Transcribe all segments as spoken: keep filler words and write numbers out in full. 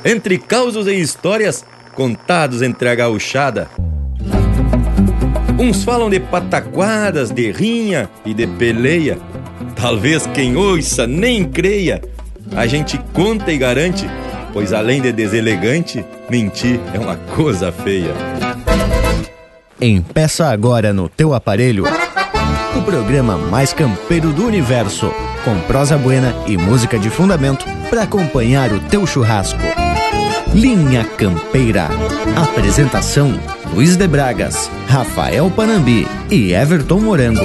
entre causos e histórias contados entre a gauchada. Uns falam de pataquadas, de rinha e de peleia. Talvez quem ouça nem creia. A gente conta e garante, pois além de deselegante, mentir é uma coisa feia. Empeça agora no teu aparelho o programa mais campeiro do universo, com prosa buena e música de fundamento para acompanhar o teu churrasco. Linha Campeira. Apresentação: Luiz de Bragas, Rafael Panambi e Everton Morango.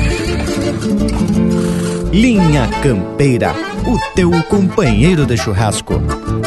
Linha Campeira, o teu companheiro de churrasco.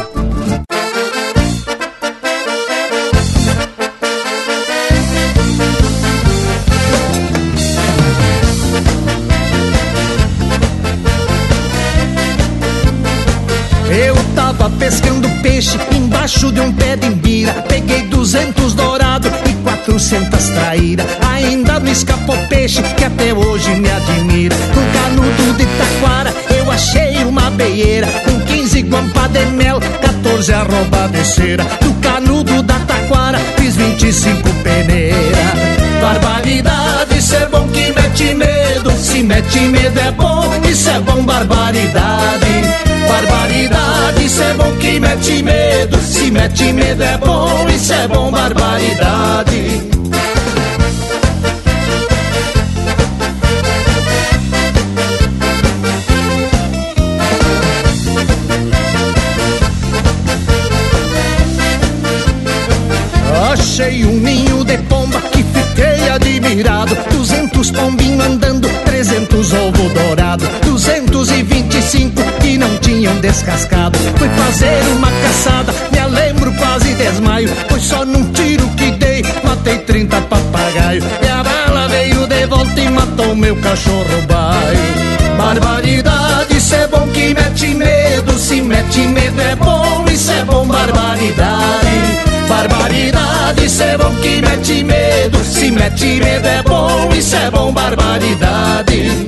Eu tava pescando peixe embaixo de um pé de imbira. Peguei duzentos dourado e quatrocentas traíra. Ainda me escapou peixe que até hoje me admira. No canudo de taquara eu achei uma beieira, com quinze guampa de mel, quatorze arroba de cera. Do canudo da taquara fiz vinte e cinco peneira. Barbaridade, isso é bom que mete medo. Se mete medo é bom, isso é bom, barbaridade. Barbaridade, isso é bom que mete medo. Se mete medo é bom, isso é bom, barbaridade. Achei um ninho de pomba que fiquei admirado. Duzentos pombinhos andando, trezentos ovo dourado. Duzentos e vinte e cinco que não tinham descascado. Fui fazer uma caçada, me lembro, quase desmaio. Foi só num tiro que dei, matei trinta papagaio. E a bala veio de volta e matou meu cachorro baio. Barbaridade, isso é bom que mete medo. Se mete medo é bom, isso é bom, barbaridade. Barbaridade, isso é bom que mete medo. Se mete medo é bom, isso é bom, barbaridade.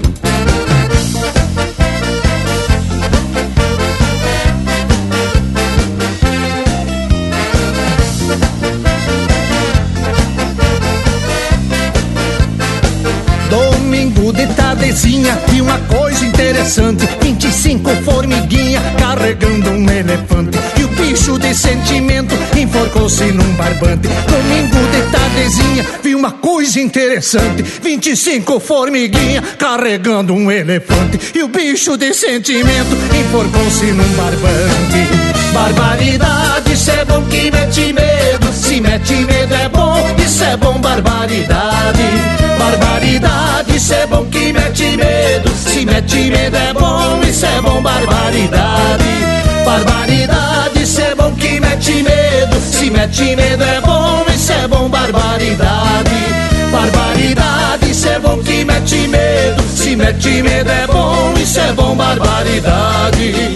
Domingo de tardezinha vi uma coisa interessante. Vinte e cinco formiguinha carregando um elefante. E o bicho de sentimento enforcou-se num barbante. Domingo de tardezinha vi uma coisa interessante. Vinte e cinco formiguinha carregando um elefante. E o bicho de sentimento enforcou-se num barbante. Barbaridade, isso é bom que mete medo. Se mete medo é bom, isso é bom, barbaridade. Barbaridade, isso é bom que mete medo. Se mete medo é bom, isso é bom, barbaridade. Barbaridade, isso é bom que mete medo. Se mete medo é bom, isso é bom, barbaridade. Barbaridade, isso é bom que mete medo. Se mete medo é bom, isso é bom, barbaridade.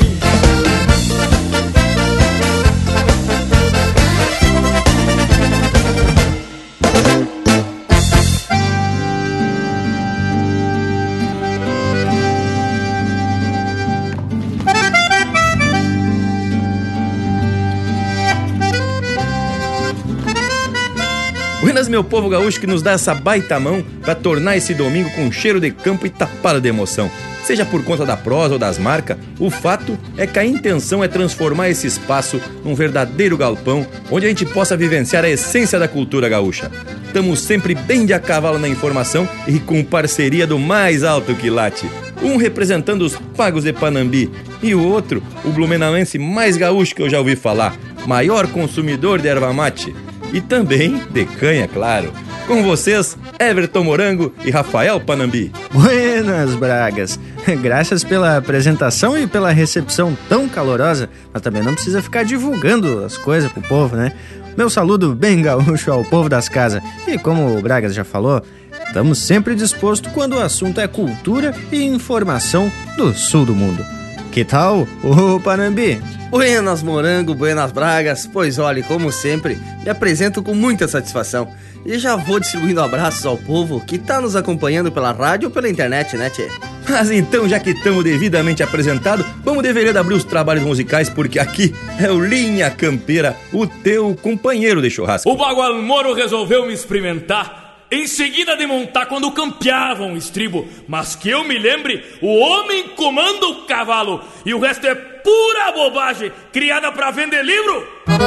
Buenas, meu povo gaúcho que nos dá essa baita mão pra tornar esse domingo com cheiro de campo e tapado de emoção. Seja por conta da prosa ou das marcas, o fato é que a intenção é transformar esse espaço num verdadeiro galpão, onde a gente possa vivenciar a essência da cultura gaúcha. Estamos sempre bem de a cavalo na informação e com parceria do mais alto quilate. Um representando os pagos de Panambi e o outro, o blumenauense mais gaúcho que eu já ouvi falar, maior consumidor de erva mate. E também de canha, claro. Com vocês, Everton Morango e Rafael Panambi. Buenas, Bragas. Graças pela apresentação e pela recepção tão calorosa, mas também não precisa ficar divulgando as coisas pro povo, né? Meu saludo bem gaúcho ao povo das casas. E como o Bragas já falou, estamos sempre dispostos quando o assunto é cultura e informação do sul do mundo. Que tal, ô Panambi? Buenas, Morango, buenas, Bragas. Pois olhe, como sempre, me apresento com muita satisfação. E já vou distribuindo abraços ao povo que tá nos acompanhando pela rádio ou pela internet, né, tchê? Mas então, já que estamos devidamente apresentados, vamos deveria abrir os trabalhos musicais, porque aqui é o Linha Campeira, o teu companheiro de churrasco. O Bagual Moro resolveu me experimentar, em seguida de montar quando campeavam o estribo. Mas que eu me lembre, o homem comanda o cavalo e o resto é pura bobagem, criada pra vender livro.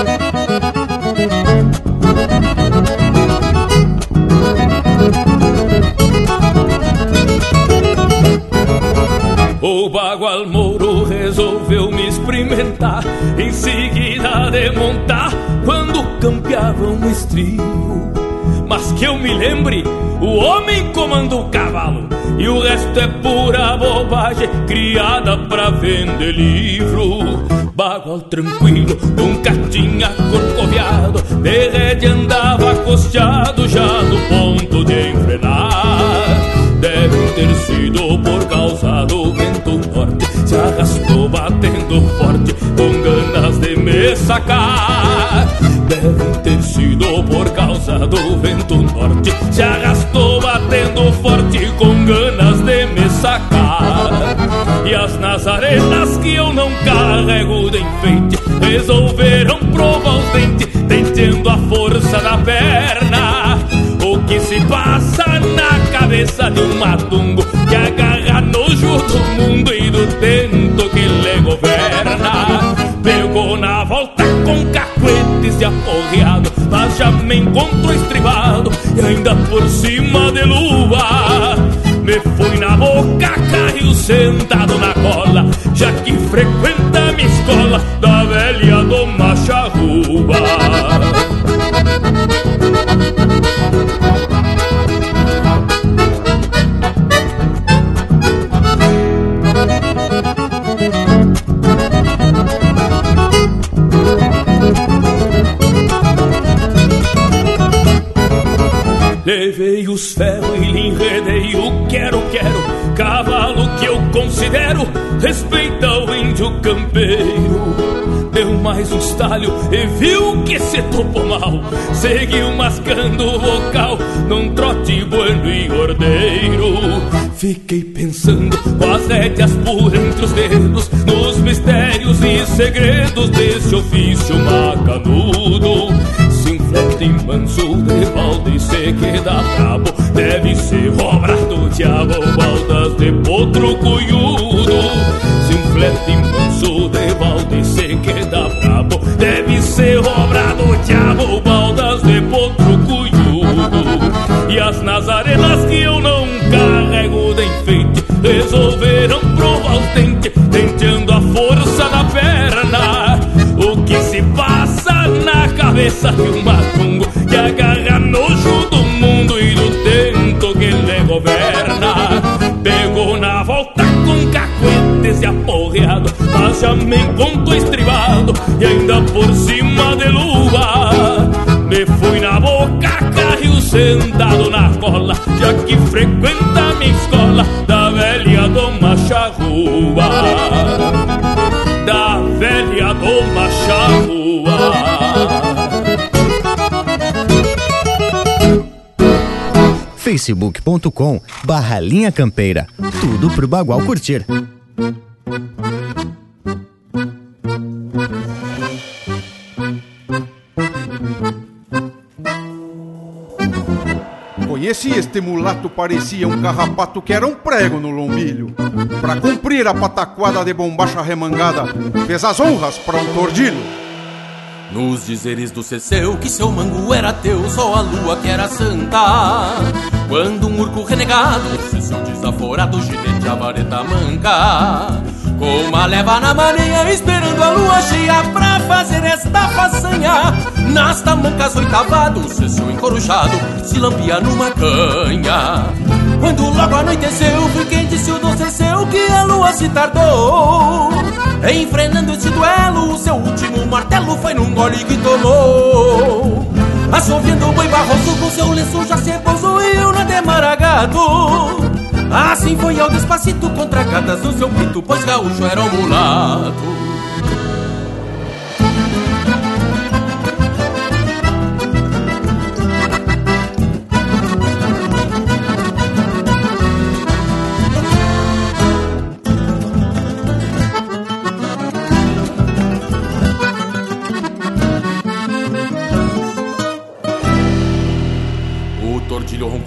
O Bagual Moro resolveu me experimentar, em seguida de montar quando campeavam o estribo. Mas que eu me lembre, o homem comanda o cavalo e o resto é pura bobagem, criada pra vender livro. Bagual tranquilo, nunca tinha corcoviado, de rédea andava costeado já no ponto de enfrenar. Deve ter sido por causa do vento norte, se arrastou batendo forte, com ganas de me sacar. Deve ter sido por causa do vento norte, se arrastou batendo forte, com ganas de me sacar. E as nazarenas que eu não carrego de enfeite resolveram provar os dentes, tentando a força da perna. O que se passa na cabeça de um matungo que agarra nojo do mundo e do tento que lhe governa. Pegou na volta com cacuetes e aporreado, mas já me encontrou estribado e ainda por cima de lua. Me fui na boca, caiu sentado na cola, já que frequenta minha escola da velha do Macharruba. Levei os ferros e lhe enredei o quero-quero, cavalo que eu considero respeita o índio campeiro. Deu mais um estalho e viu que se topou mal, seguiu mascando o vocal num trote bueno e ordeiro. Fiquei pensando com as rédeas por entre os dedos, nos mistérios e segredos desse ofício macanudo. Se um flete manso de balde se queda brabo, deve ser obra do diabo, baldas de potro cunhudo. Se um flete manso de balde se queda brabo, deve ser obra do diabo, baldas de potro cunhudo. E as nazarenas que eu não carrego de enfeite resolveram provar os dentes, tentando a força da perna. O que se passa na cabeça de um matungo que agarra nojo do mundo e do tento que lhe governa. Pegou na volta com cacuetes e aporreado, mas já me encontrou estribado e ainda por cima de lua. Me fui na boca, caiu sentado na cola, já que frequenta minha escola da velha do Macharrua. Da velha do Macharrua. facebook ponto com barra Linha Campeira. Tudo pro Bagual curtir. Conheci este mulato, parecia um carrapato que era um prego no lombilho. Pra cumprir a pataquada de bombacha remangada, fez as honras pra um tordilho. Nos dizeres do Ceceu que seu mango era teu, só a lua que era santa. Quando um urco renegado, Ceceu desaforado, ginete a vareta manca, com uma leva na maneia, esperando a lua cheia pra fazer esta façanha. Nas tamancas oitavado, Ceceu encorujado, se lambia numa canha. Quando logo anoiteceu, foi quem disse o do Ceceu que a lua se tardou. Enfrenando esse duelo, o seu último martelo foi num gole que tomou. Assoviando o boi barroso com seu lenço já se posuiu na de Maragado. Assim foi ao despacito contra gatas do seu pito, pois gaúcho era um mulato.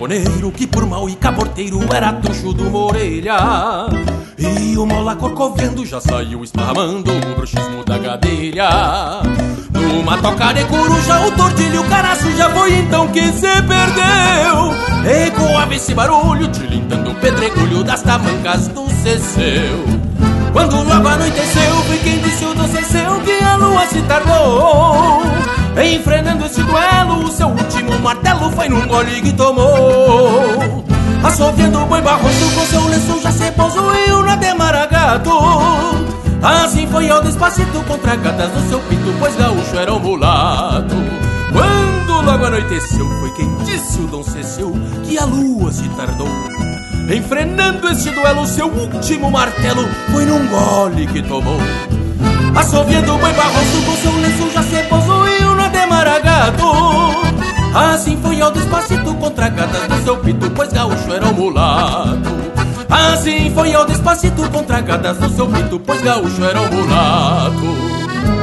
camponeiro que por mal e caborteiro era troncho de uma orelha. E o mola corcoviando já saiu esparramando o bruxismo da gadelha. Numa toca de coruja o tortilho o caraço já foi então que se perdeu. Ecoava esse barulho tilintando o pedregulho das tamancas do cesseu. Quando logo anoiteceu foi quem disse o doce seu que a lua se tardou. Enfrenando esse duelo o seu último martelo foi num gole que tomou. Assoviando o boi barroso com seu lenço já se posuiu na de Maragato. Assim foi ao despacito contra gatas do seu pito, pois gaúcho era um mulato. Quando logo anoiteceu foi quem disse o Dom Cecil que a lua se tardou. Enfrenando este duelo seu último martelo foi num gole que tomou. Assoviando o boi barroso com seu lenço já se posuiu na de Maragato. Assim foi ao despacito contra gatas do seu pito, pois gaúcho era um mulato. Assim foi ao despacito contra gatas do seu pito, pois gaúcho era um mulato.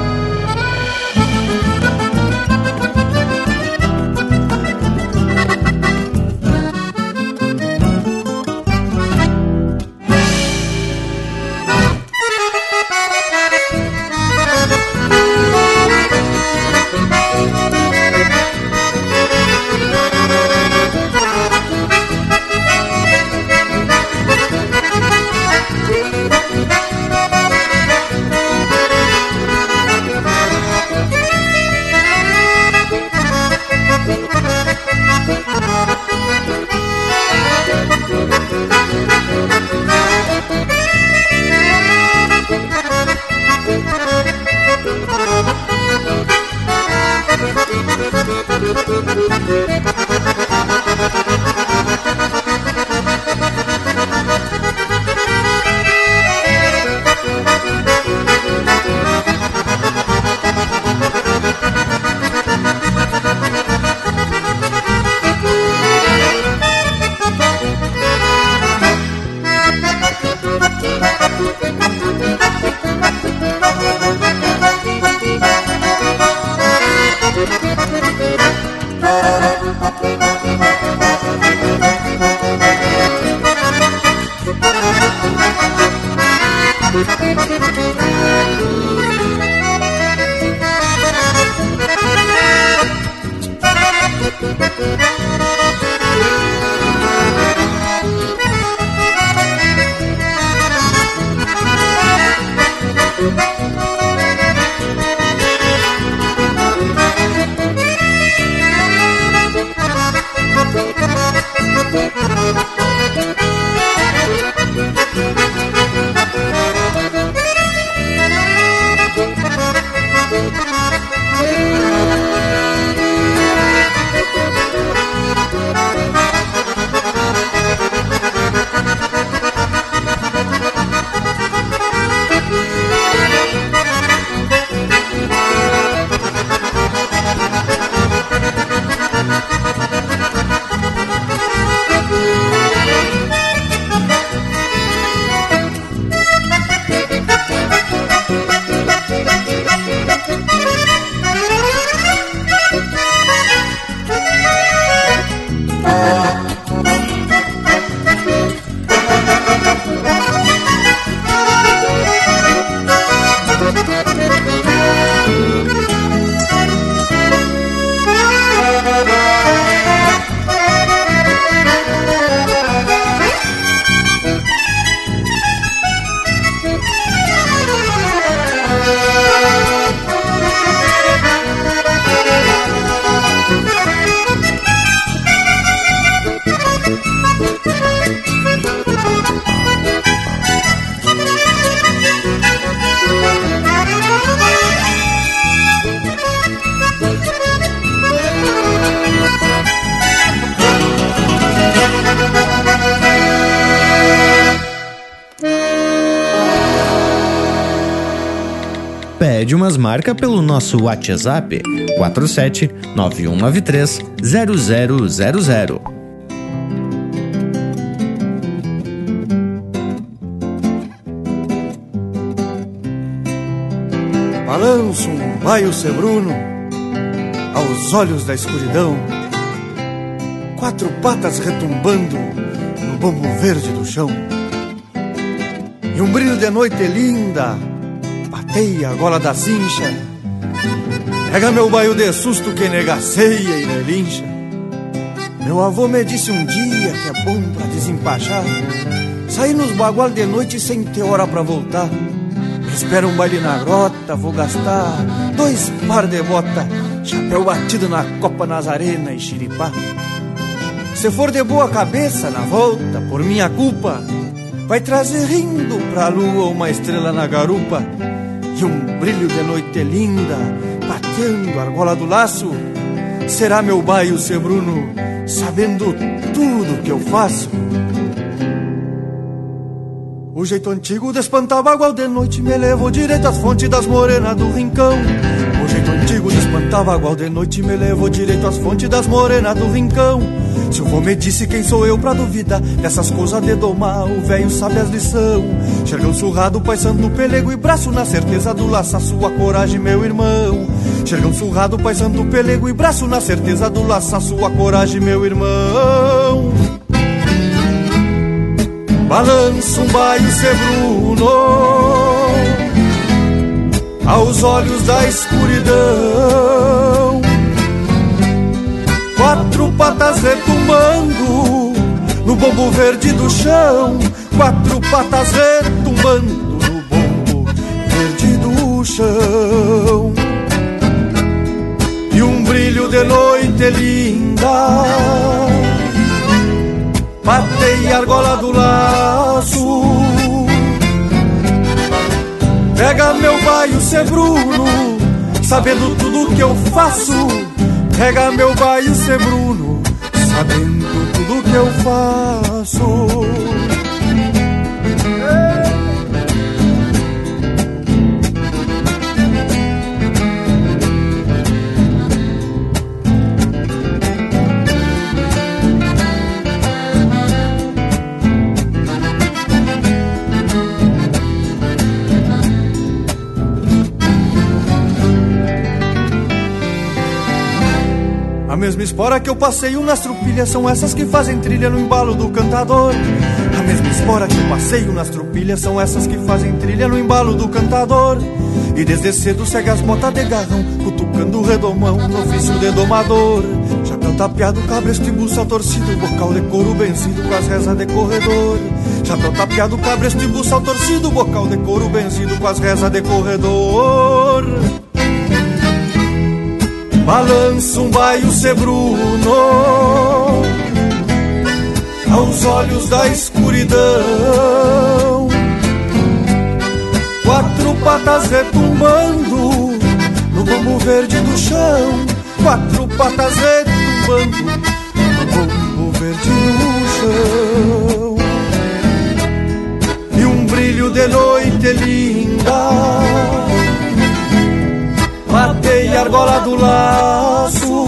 Pede umas marcas pelo nosso WhatsApp quatro sete nove um nove três zero zero zero zero. Balanço um baio sebruno aos olhos da escuridão, quatro patas retumbando no bombo verde do chão. E um brilho de noite linda pateia a gola da cincha, pega meu baio de susto que negaceia e relincha. Meu avô me disse um dia que é bom pra desempachar, sair nos bagual de noite sem ter hora pra voltar. Me espera um baile na grota, vou gastar dois par de bota, chapéu batido na copa Nazarena e xiripá. Se for de boa cabeça na volta, por minha culpa, vai trazer rindo pra lua uma estrela na garupa. E um brilho de noite linda, pateando a argola do laço, será meu baio ser Bruno, sabendo tudo que eu faço. O jeito antigo de espantar bagual de noite me levou direito às fontes das morenas do rincão. O jeito antigo de espantar bagual de noite me levou direito às fontes das morenas do rincão. Se o vô me disse quem sou eu pra duvidar dessas coisas de domar, o velho sabe as lição. Xergão surrado, paisando pelego e braço, na certeza do laço a sua coragem, meu irmão. Xergão surrado, paisando pelego e braço, na certeza do laço a sua coragem, meu irmão. Balança um baio ser Bruno aos olhos da escuridão, quatro patas retumbando no bombo verde do chão, quatro patas retumbando no bombo verde do chão. E um brilho de noite linda pateia a argola do laço, pega meu baio ser Bruno, sabendo tudo que eu faço. Pega meu baio ser Bruno, sabendo tudo que eu faço. A mesma espora que eu passeio nas trupilhas são essas que fazem trilha no embalo do cantador. A mesma espora que eu passeio nas trupilhas são essas que fazem trilha no embalo do cantador. E desde cedo segue as botas de garrão, cutucando o redomão no ofício de domador. Chapéu tapeado, cabresto e buçal torcido, bocal de couro vencido com as rezas de corredor. Chapéu tapeado, cabresto e buçal torcido, bocal de couro vencido com as rezas de corredor. Balança um baio ser Bruno aos olhos da escuridão, quatro patas retumbando no bombo verde do chão, quatro patas retumbando no bombo verde do chão. E um brilho de noite linda pateia a argola do laço,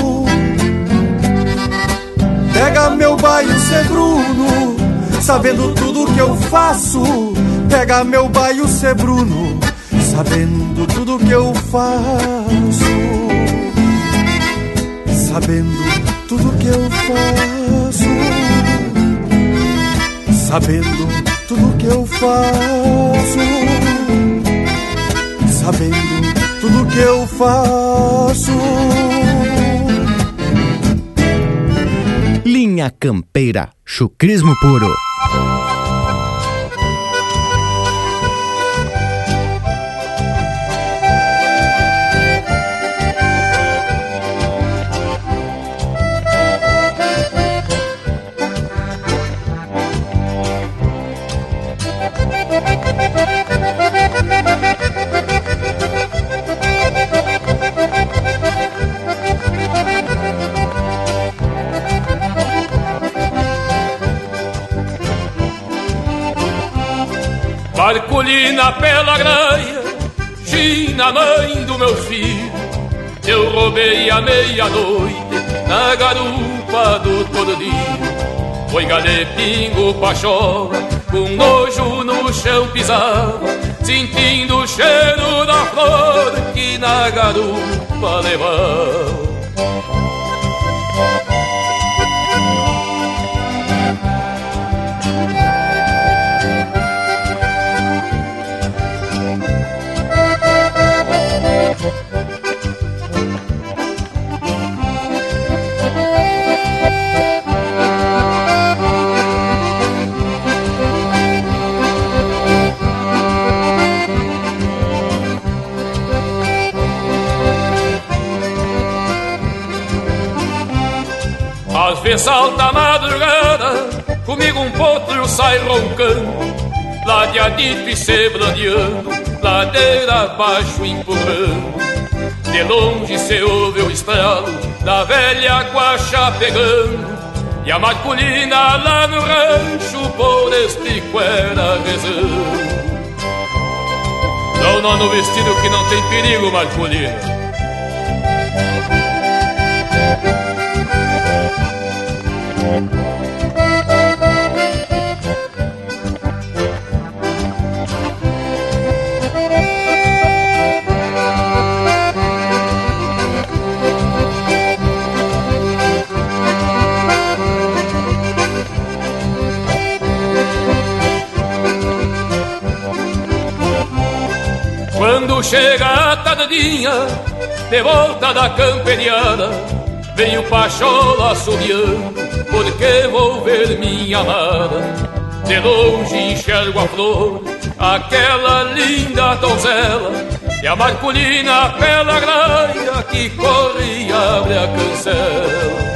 pega meu baio ser Bruno, sabendo tudo que eu faço. Pega meu baio ser Bruno, sabendo tudo que eu faço. Sabendo tudo que eu faço. Sabendo tudo que eu faço. Sabendo tudo que eu faço. Linha Campeira, chucrismo puro. Marcolina pela graia, Gina, mãe do meu filho, eu roubei à meia-noite na garupa do todo dia. Foi galé, pingo, pachola, com nojo no chão pisava, sentindo o cheiro da flor que na garupa levava. Às vezes salta a madrugada, comigo um potro sai roncando, ladeadito e se brandeando, ladeira abaixo empurrando. De longe se ouve o estralo da velha guaxa pegando, e a marculina lá no rancho por este cuera rezando. Dá um nó no vestido que não tem perigo, marculina. Quando chega a tardinha, de volta da camperiada, vem o pachola assobiando, porque vou ver minha amada. De longe enxergo a flor, aquela linda donzela, e a marculina pela graia que corre e abre a cancela.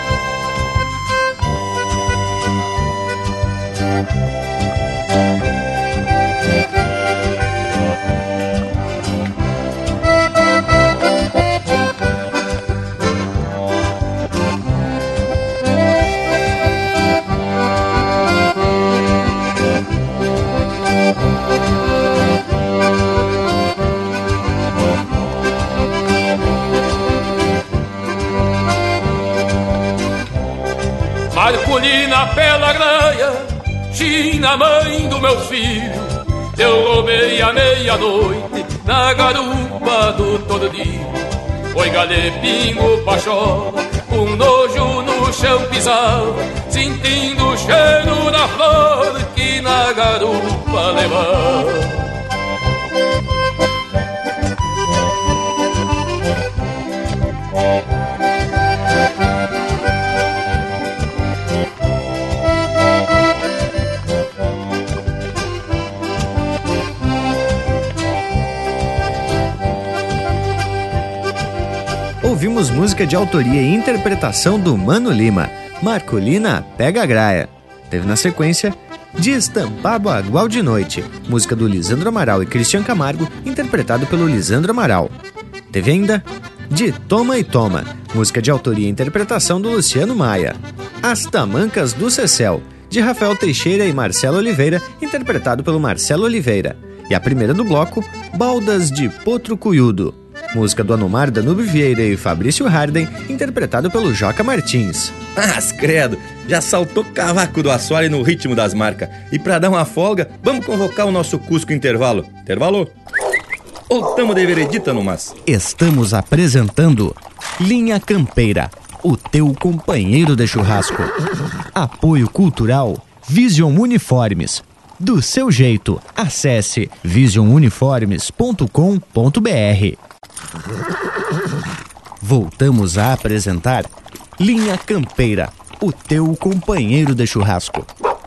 Marculina pela graia, China, mãe do meu filho, eu roubei à meia-noite na garupa do todo dia. Oi, galepingo, pachola, com nojo no chão pisava, sentindo o cheiro da flor que na garupa levava. Ouvimos música de autoria e interpretação do Mano Lima, Marculina Pega a Graia. Teve na sequência De Estampar Bagual de Noite, música do Lisandro Amaral e Cristian Camargo, interpretado pelo Lisandro Amaral. Teve ainda De Toma e Toma, música de autoria e interpretação do Luciano Maia. As Tamancas do Cecel, de Rafael Teixeira e Marcelo Oliveira, interpretado pelo Marcelo Oliveira. E a primeira do bloco, Baldas de Potro Cuyudo, música do Anomar Danube Vieira e Fabrício Harden, interpretado pelo Joca Martins. Ah, credo, já saltou cavaco do assoalho no ritmo das marcas. E pra dar uma folga, vamos convocar o nosso Cusco Intervalo. Intervalo? Ou tamo de veredita, Numas? Estamos apresentando Linha Campeira, o teu companheiro de churrasco. Apoio cultural Vision Uniformes. Do seu jeito, acesse vision uniformes ponto com ponto b r. Voltamos a apresentar Linha Campeira, o teu companheiro de churrasco.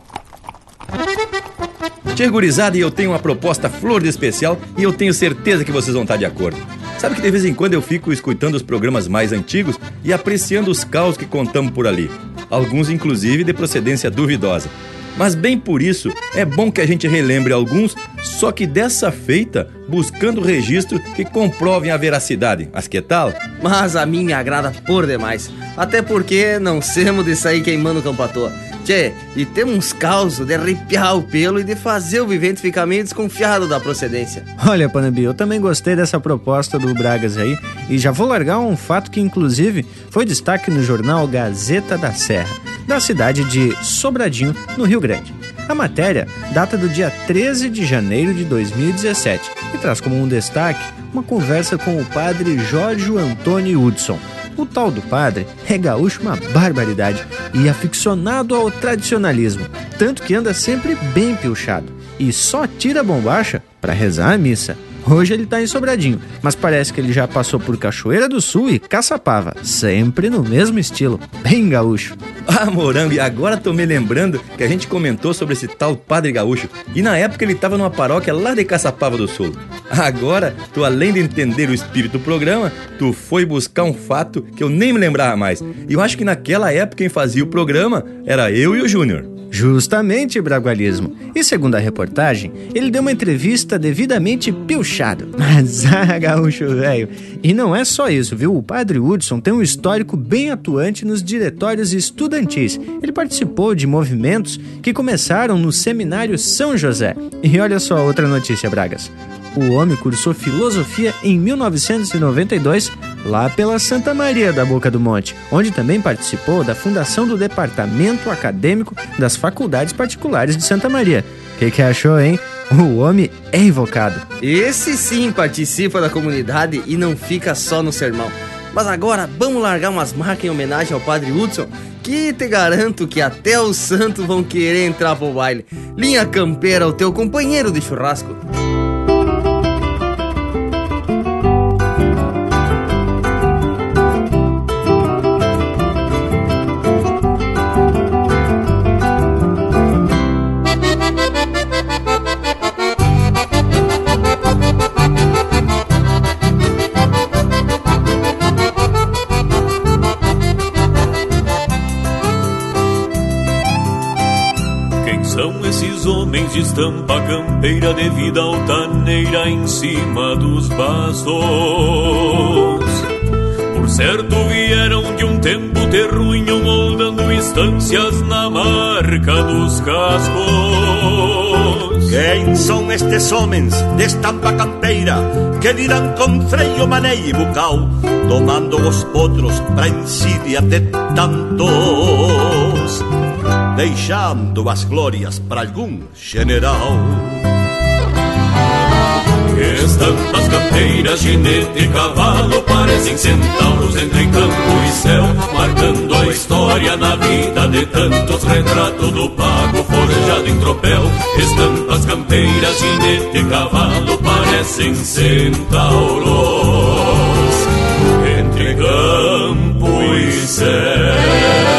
Tchê, gurizada, e eu tenho uma proposta flor de especial e eu tenho certeza que vocês vão estar de acordo. Sabe que de vez em quando eu fico escutando os programas mais antigos e apreciando os causos que contamos por ali. Alguns, inclusive, de procedência duvidosa. Mas bem por isso, é bom que a gente relembre alguns, só que dessa feita, buscando registro que comprovem a veracidade. Mas que tal? Mas a minha agrada por demais. Até porque não semos de sair queimando o campo à toa. Tchê, e temos uns causos de arrepiar o pelo e de fazer o vivente ficar meio desconfiado da procedência. Olha, Panambi, eu também gostei dessa proposta do Bragas aí, e já vou largar um fato que inclusive foi destaque no jornal Gazeta da Serra, da cidade de Sobradinho, no Rio Grande. A matéria data do dia treze de janeiro de dois mil e dezessete e traz como um destaque uma conversa com o padre Jorge Antônio Hudson. O tal do padre é gaúcho uma barbaridade e aficionado ao tradicionalismo, tanto que anda sempre bem pilchado e só tira a bombacha para rezar a missa. Hoje ele tá em Sobradinho, mas parece que ele já passou por Cachoeira do Sul e Caçapava, sempre no mesmo estilo, bem gaúcho. Ah, Morango, e agora tô me lembrando que a gente comentou sobre esse tal Padre Gaúcho, e na época ele tava numa paróquia lá de Caçapava do Sul. Agora, tu além de entender o espírito do programa, tu foi buscar um fato que eu nem me lembrava mais. E eu acho que naquela época quem fazia o programa era eu e o Júnior. Justamente, Bragualismo. E segundo a reportagem, ele deu uma entrevista devidamente pilchado. Mas, ah, gaúcho velho. E não é só isso, viu? O Padre Hudson tem um histórico bem atuante nos diretórios estudantis. Ele participou de movimentos que começaram no Seminário São José. E olha só outra notícia, Bragas. O homem cursou filosofia em mil novecentos e noventa e dois, lá pela Santa Maria da Boca do Monte, onde também participou da fundação do Departamento Acadêmico das Faculdades Particulares de Santa Maria. O que, que achou, hein? O homem é invocado. Esse sim participa da comunidade e não fica só no sermão. Mas agora vamos largar umas marcas em homenagem ao Padre Hudson, que te garanto que até os santos vão querer entrar pro baile. Linha Campeira, o teu companheiro de churrasco. De estampa campeira de vida altaneira em cima dos bastos. Por certo vieram de um tempo terruinho, moldando instâncias na marca dos cascos. Quem são estes homens de estampa campeira que dirão com freio, maneio e bucal, domando os potros pra insídia de tantos, deixando as glórias para algum general. Estampas campeiras, jinete e cavalo parecem centauros entre campo e céu, marcando a história na vida de tantos, retrato do pago forjado em tropel. Estampas campeiras, jinete e cavalo parecem centauros entre campo e céu.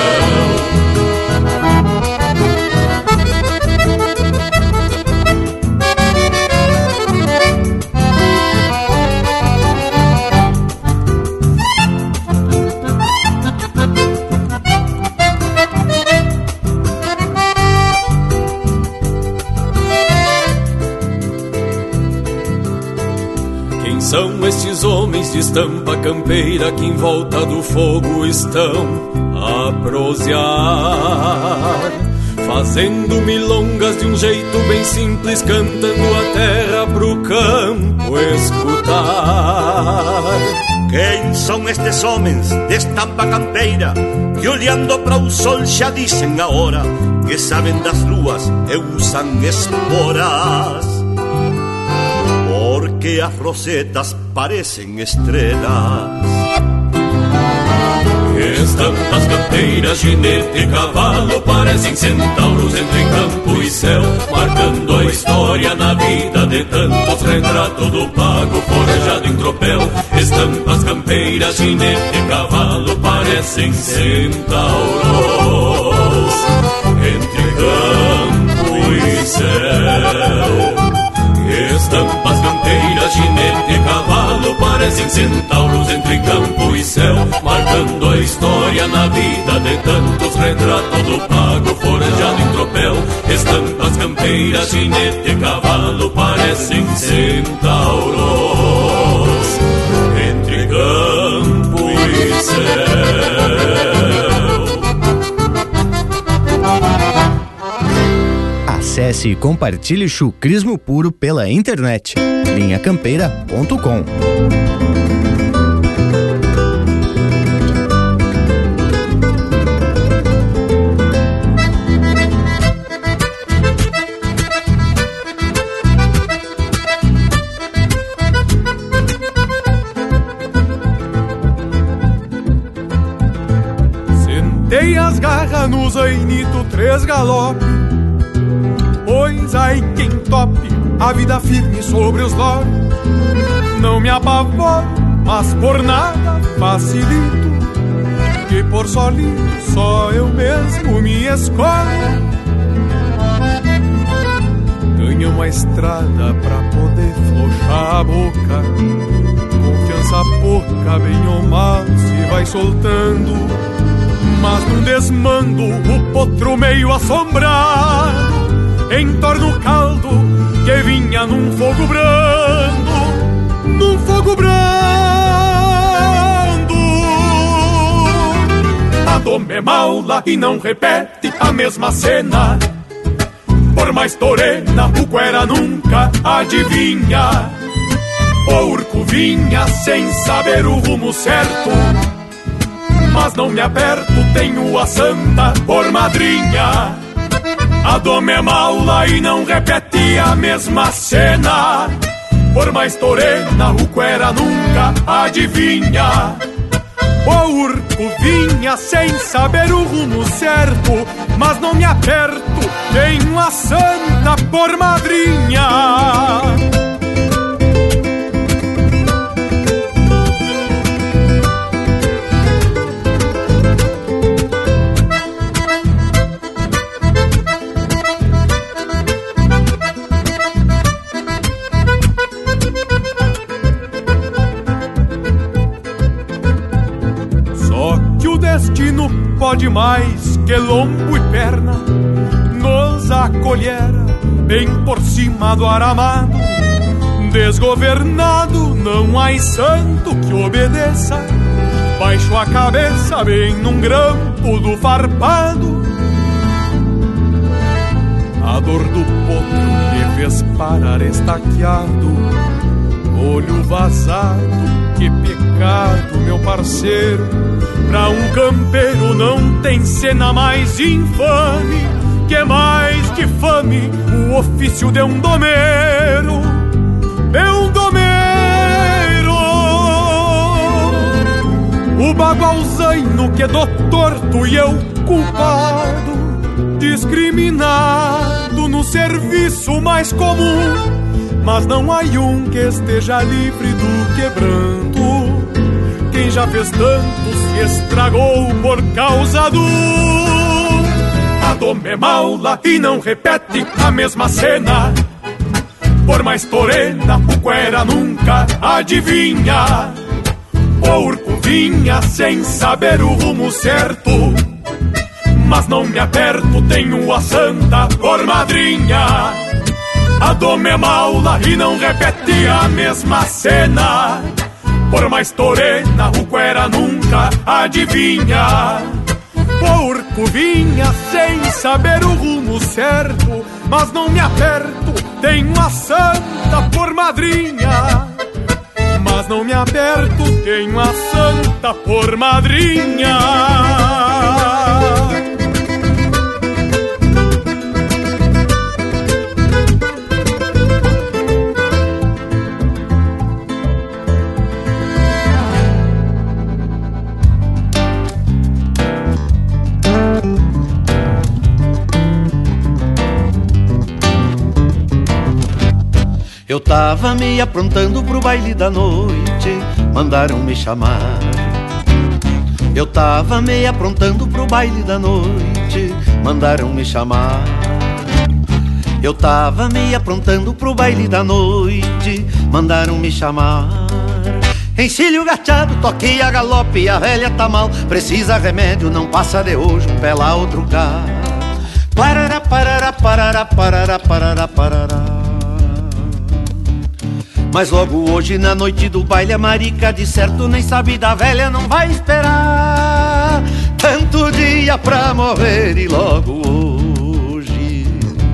São estes homens de estampa campeira que em volta do fogo estão a prosear, fazendo milongas de um jeito bem simples, cantando a terra pro campo escutar. Quem são estes homens de estampa campeira que olhando para o sol já dizem a hora, que sabem das luas e usam esporas, porque as rosetas parecem estrelas. Estampas campeiras, jinete e cavalo parecem centauros entre campo e céu, marcando a história na vida de tantos, retrato do pago forjado em tropel. Estampas campeiras, jinete e cavalo parecem centauros entre campo e céu. Estampas campeiras, jinete e cavalo parecem centauros entre campo e céu, marcando a história na vida de tantos, retrato do pago forjado em tropel. Estampas campeiras, jinete e cavalo parecem centauros entre campo e céu. Acesse e compartilhe chucrismo puro pela internet. linha campeira ponto com. Sentei as garras no zainito, três galope, pois ai quem tope a vida firme sobre os loros. Não me apavoro, mas por nada facilito, que por solito só eu mesmo me escolho. Ganho uma estrada pra poder flochar a boca, confiança pouca, bem ou mal, se vai soltando. Mas num desmando, o potro meio assombrado entorna o caldo que vinha num fogo brando, num fogo brando. A doma é maula e não repete a mesma cena, por mais torena o cuera nunca adivinha. O urco vinha sem saber o rumo certo, mas não me aperto, tenho a santa por madrinha. A doma é maula e não repete a mesma cena, por mais torena o cuera nunca adivinha. O urco vinha sem saber o rumo certo, mas não me aperto, tenho a santa por madrinha. Destino pode mais que lombo e perna, nos acolhera bem por cima do aramado. Desgovernado não há santo que obedeça, baixo a cabeça bem num grampo do farpado. A dor do potro que fez parar estaqueado, olho vazado, que pecado, meu parceiro. Pra um campeiro não tem cena mais infame, que mais que fame o ofício de um domeiro, de um domeiro. O bagualzaino que do torto e eu culpado, discriminado no serviço mais comum, mas não há um que esteja livre do quebranto. Quem já fez tanto se estragou por causa do... A doma é maula e não repete a mesma cena, por mais torena o cuera nunca adivinha. O urco vinha sem saber o rumo certo, mas não me aperto, tenho a santa por madrinha. A doma é maula e não repete a mesma cena, por mais torena o cuera nunca adivinha. O urco vinha sem saber o rumo certo, mas não me aperto, tenho a santa por madrinha. Mas não me aperto, tenho a santa por madrinha. Eu tava me aprontando pro baile da noite, mandaram me chamar. Eu tava me aprontando pro baile da noite, mandaram me chamar. Eu tava me aprontando pro baile da noite, mandaram me chamar. Encilho gachado, toquei a galope, a velha tá mal, precisa remédio, não passa de hoje, um pé lá, outro cá. Parará, parará, parará, parará, parará, parará. Mas logo hoje na noite do baile a marica de certo nem sabe da velha, não vai esperar tanto dia pra morrer e logo hoje.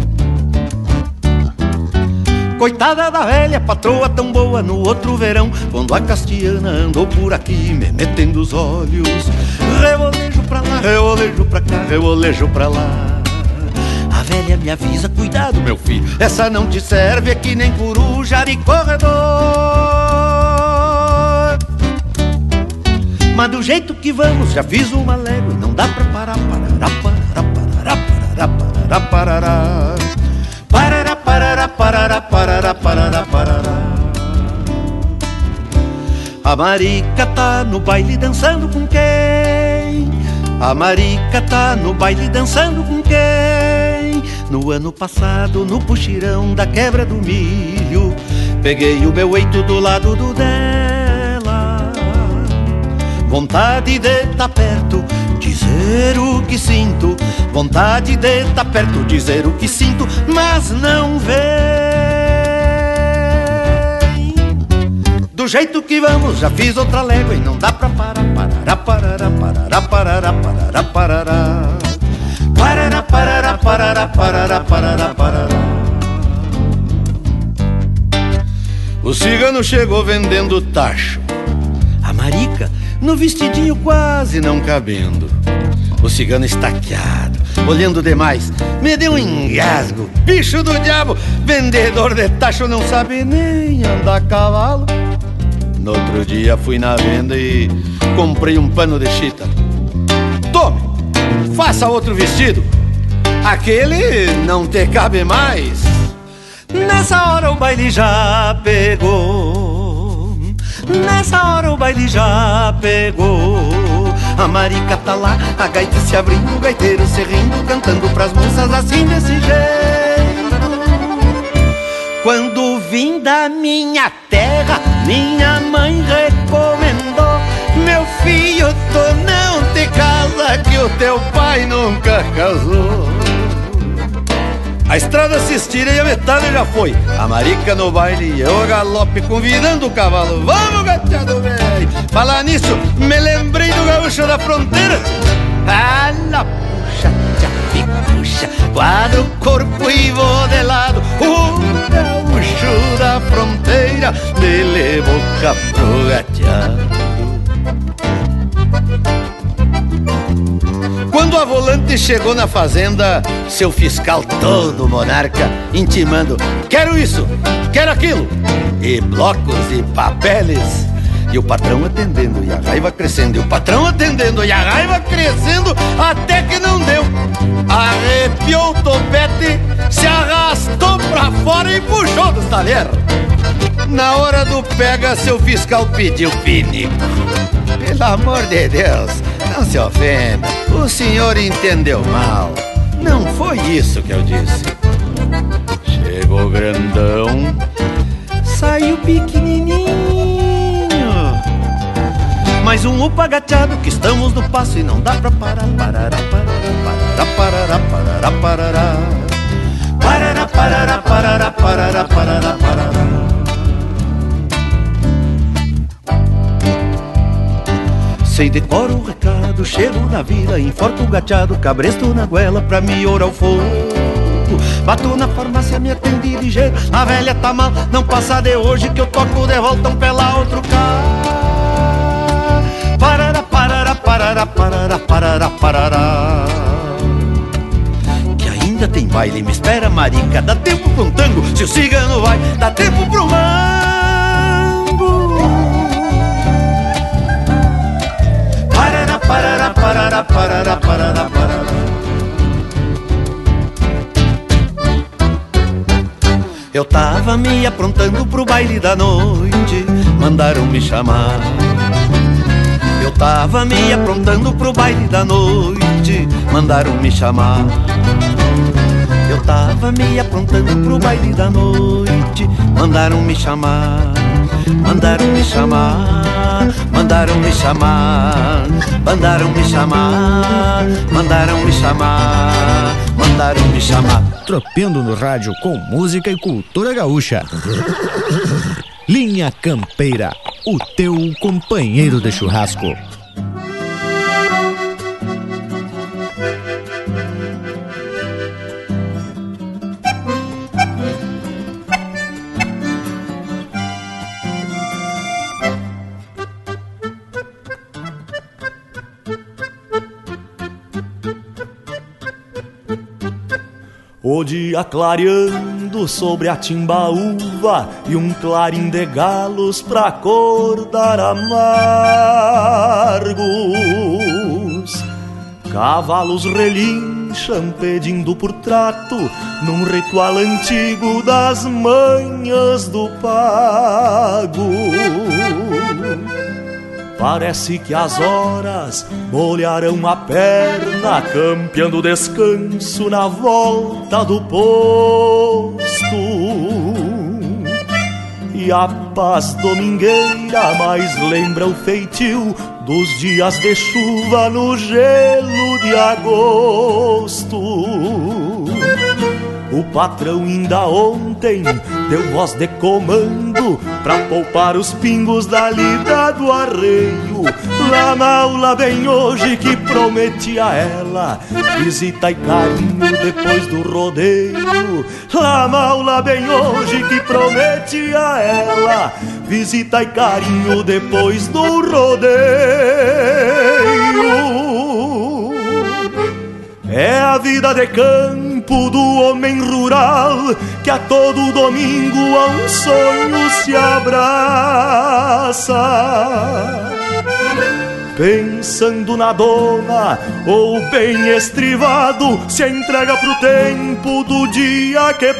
Coitada da velha, patroa tão boa no outro verão, quando a Castiana andou por aqui me metendo os olhos. Revolejo pra lá, revolejo pra cá, revolejo pra lá. A velha me avisa, cuidado meu filho, essa não te serve, é que nem coruja de corredor. Mas do jeito que vamos, já fiz uma légua, não dá pra parar, parará, parará, parará, parará, parará, parará, parará, parará, parará, parará. A Marica tá no baile dançando com quem? A Marica tá no baile dançando com quem? No ano passado, no puxirão da quebra do milho, peguei o meu eito do lado do dela. Vontade de tá perto, dizer o que sinto. Vontade de tá perto, dizer o que sinto, mas não vem. Do jeito que vamos, já fiz outra légua e não dá pra parar. Parará, parará, parará, parará, parará, parará. Parará, parará, parará, parará, parará, parará. O cigano chegou vendendo tacho, a Marica no vestidinho quase não cabendo. O cigano estaqueado, olhando demais, me deu um engasgo. Bicho do diabo, vendedor de tacho não sabe nem andar a cavalo. No outro dia fui na venda e comprei um pano de chita. Tome, faça outro vestido, aquele não te cabe mais. Nessa hora o baile já pegou, nessa hora o baile já pegou. A Marica tá lá, a gaita se abrindo, o gaiteiro se rindo, cantando pras moças assim desse jeito. Quando vim da minha terra, minha mãe recomendou: meu filho, tu não te casa, que o teu pai nunca casou. A estrada se estira e a metade já foi. A Marica no baile e eu a galope, convidando o cavalo. Vamos, gateado velho! Falar nisso, me lembrei do gaúcho da fronteira. Ala, puxa, já puxa, quadro, corpo e vou de lado. O gaúcho da fronteira me levou cá pro gateado. Quando a volante chegou na fazenda, seu fiscal todo monarca, intimando: quero isso, quero aquilo, e blocos e papeles. E o patrão atendendo e a raiva crescendo, e o patrão atendendo e a raiva crescendo, até que não deu. Arrepiou o topete, se arrastou pra fora e puxou dos talheres. Na hora do pega, seu fiscal pediu pinico. Pelo amor de Deus, não se ofenda, o senhor entendeu mal. Não foi isso que eu disse. Chegou grandão, saiu pequenininho. Mais um upa agateado que estamos no passo e não dá pra parar. Parará, parará, parará, parará, parará. Parará, parará, parará, parará, parará, parará. Sei decoro o recado, chego na vila, enforco o gateado, cabresto na goela pra me orar o fogo. Bato na farmácia, me atende ligeiro, a velha tá mal, não passa de hoje que eu toco de volta um pela outro cá. Parará, parará, parará, parará, parará, parará. Que ainda tem baile, me espera Marica, dá tempo pra um tango, se o cigano vai, dá tempo pro mango. Parará, parará, parará, parará, parará, parará. Eu tava me aprontando pro baile da noite, mandaram me chamar. Eu tava me aprontando pro baile da noite, mandaram me chamar. Eu tava me aprontando pro baile da noite, mandaram me chamar. Mandaram me chamar, mandaram me chamar, mandaram me chamar, mandaram me chamar, mandaram me chamar. Tropeando no rádio com música e cultura gaúcha. Linha Campeira, o teu companheiro de churrasco. O dia clareando sobre a timbaúva e um clarim de galos pra acordar amargos. Cavalos relincham pedindo por trato num ritual antigo das manhas do pago. Parece que as horas molharão a perna, campeando descanso na volta do posto. E a paz domingueira mais lembra o feitio dos dias de chuva no gelo de agosto. O patrão ainda ontem deu voz de comando pra poupar os pingos da lida do arreio. Lá na aula bem hoje que prometi a ela visita e carinho depois do rodeio. Lá na aula bem hoje que prometi a ela visita e carinho depois do rodeio. É a vida de campo do homem rural que a todo domingo a um sonho se abraça. Pensando na dona ou bem estrivado, se entrega pro tempo do dia que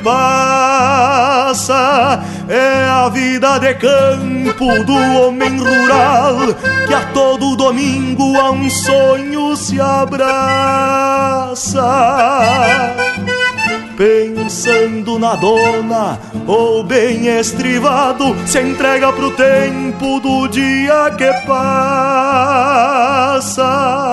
passa. É a vida de campo do homem rural que a todo domingo a um sonho se abraça. Pensando na dona ou bem estrivado, se entrega pro tempo do dia que passa.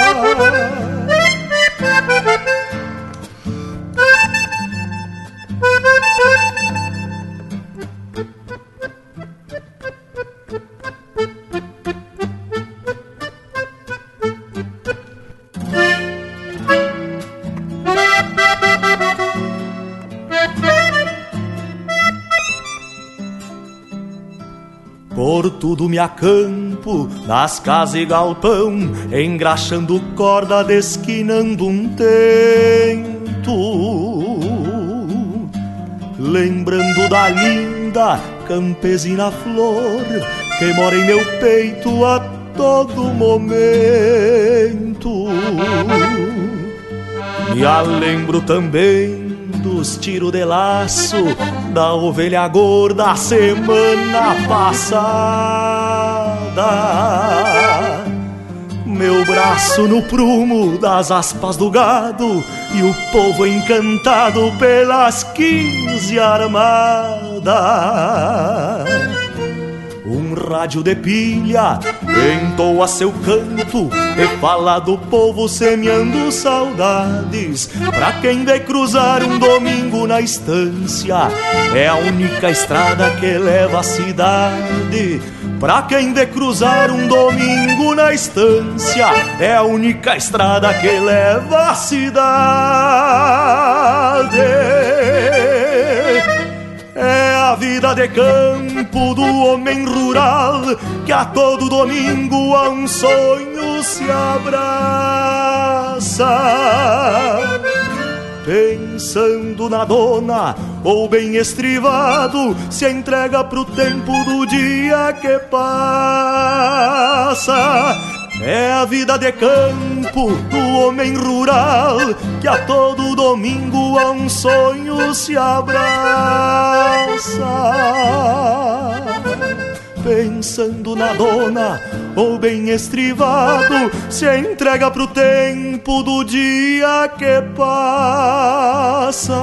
Por tudo me acampo, nas casas e galpão, engraxando corda, desquinando um tento. Lembrando da linda campesina flor que mora em meu peito a todo momento. Me a lembro também dos tiros de laço da ovelha gorda semana passada. Meu braço no prumo das aspas do gado e o povo encantado pelas quinze armadas. Um rádio de pilha entoa seu canto e fala do povo semeando saudades. Pra quem vai cruzar um domingo na estância, é a única estrada que leva à cidade. Pra quem vai cruzar um domingo na estância, é a única estrada que leva à cidade. É a vida de campo do homem rural que a todo domingo a um sonho se abraça. Pensando na dona ou bem estrivado, se entrega pro tempo do dia que passa. É a vida de campo do homem rural que a todo domingo a um sonho se abraça. Pensando na dona ou bem estrivado, se entrega pro tempo do dia que passa.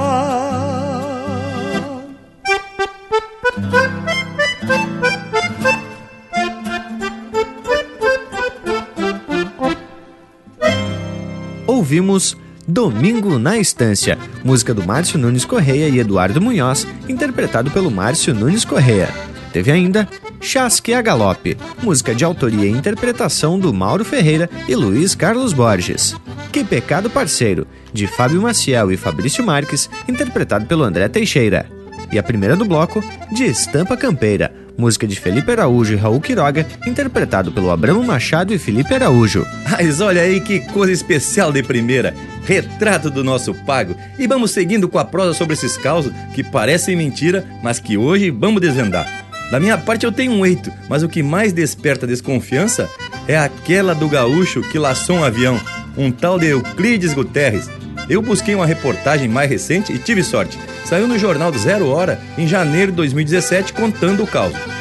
Ouvimos Domingo na Estância, música do Márcio Nunes Correia e Eduardo Munhoz, interpretado pelo Márcio Nunes Correia. Teve ainda Chasque a Galope, música de autoria e interpretação do Mauro Ferreira e Luiz Carlos Borges. Que Pecado Parceiro, de Fábio Maciel e Fabrício Marques, interpretado pelo André Teixeira. E a primeira do bloco, de Estampa Campeira, música de Felipe Araújo e Raul Quiroga, interpretado pelo Abramo Machado e Felipe Araújo. Mas olha aí que coisa especial de primeira, retrato do nosso pago. E vamos seguindo com a prosa sobre esses causos que parecem mentira, mas que hoje vamos desvendar. Da minha parte eu tenho um eito, mas o que mais desperta desconfiança é aquela do gaúcho que laçou um avião, um tal de Euclides Guterres. Eu busquei uma reportagem mais recente e tive sorte. Saiu no jornal do Zero Hora em janeiro de dois mil e dezessete contando o caso.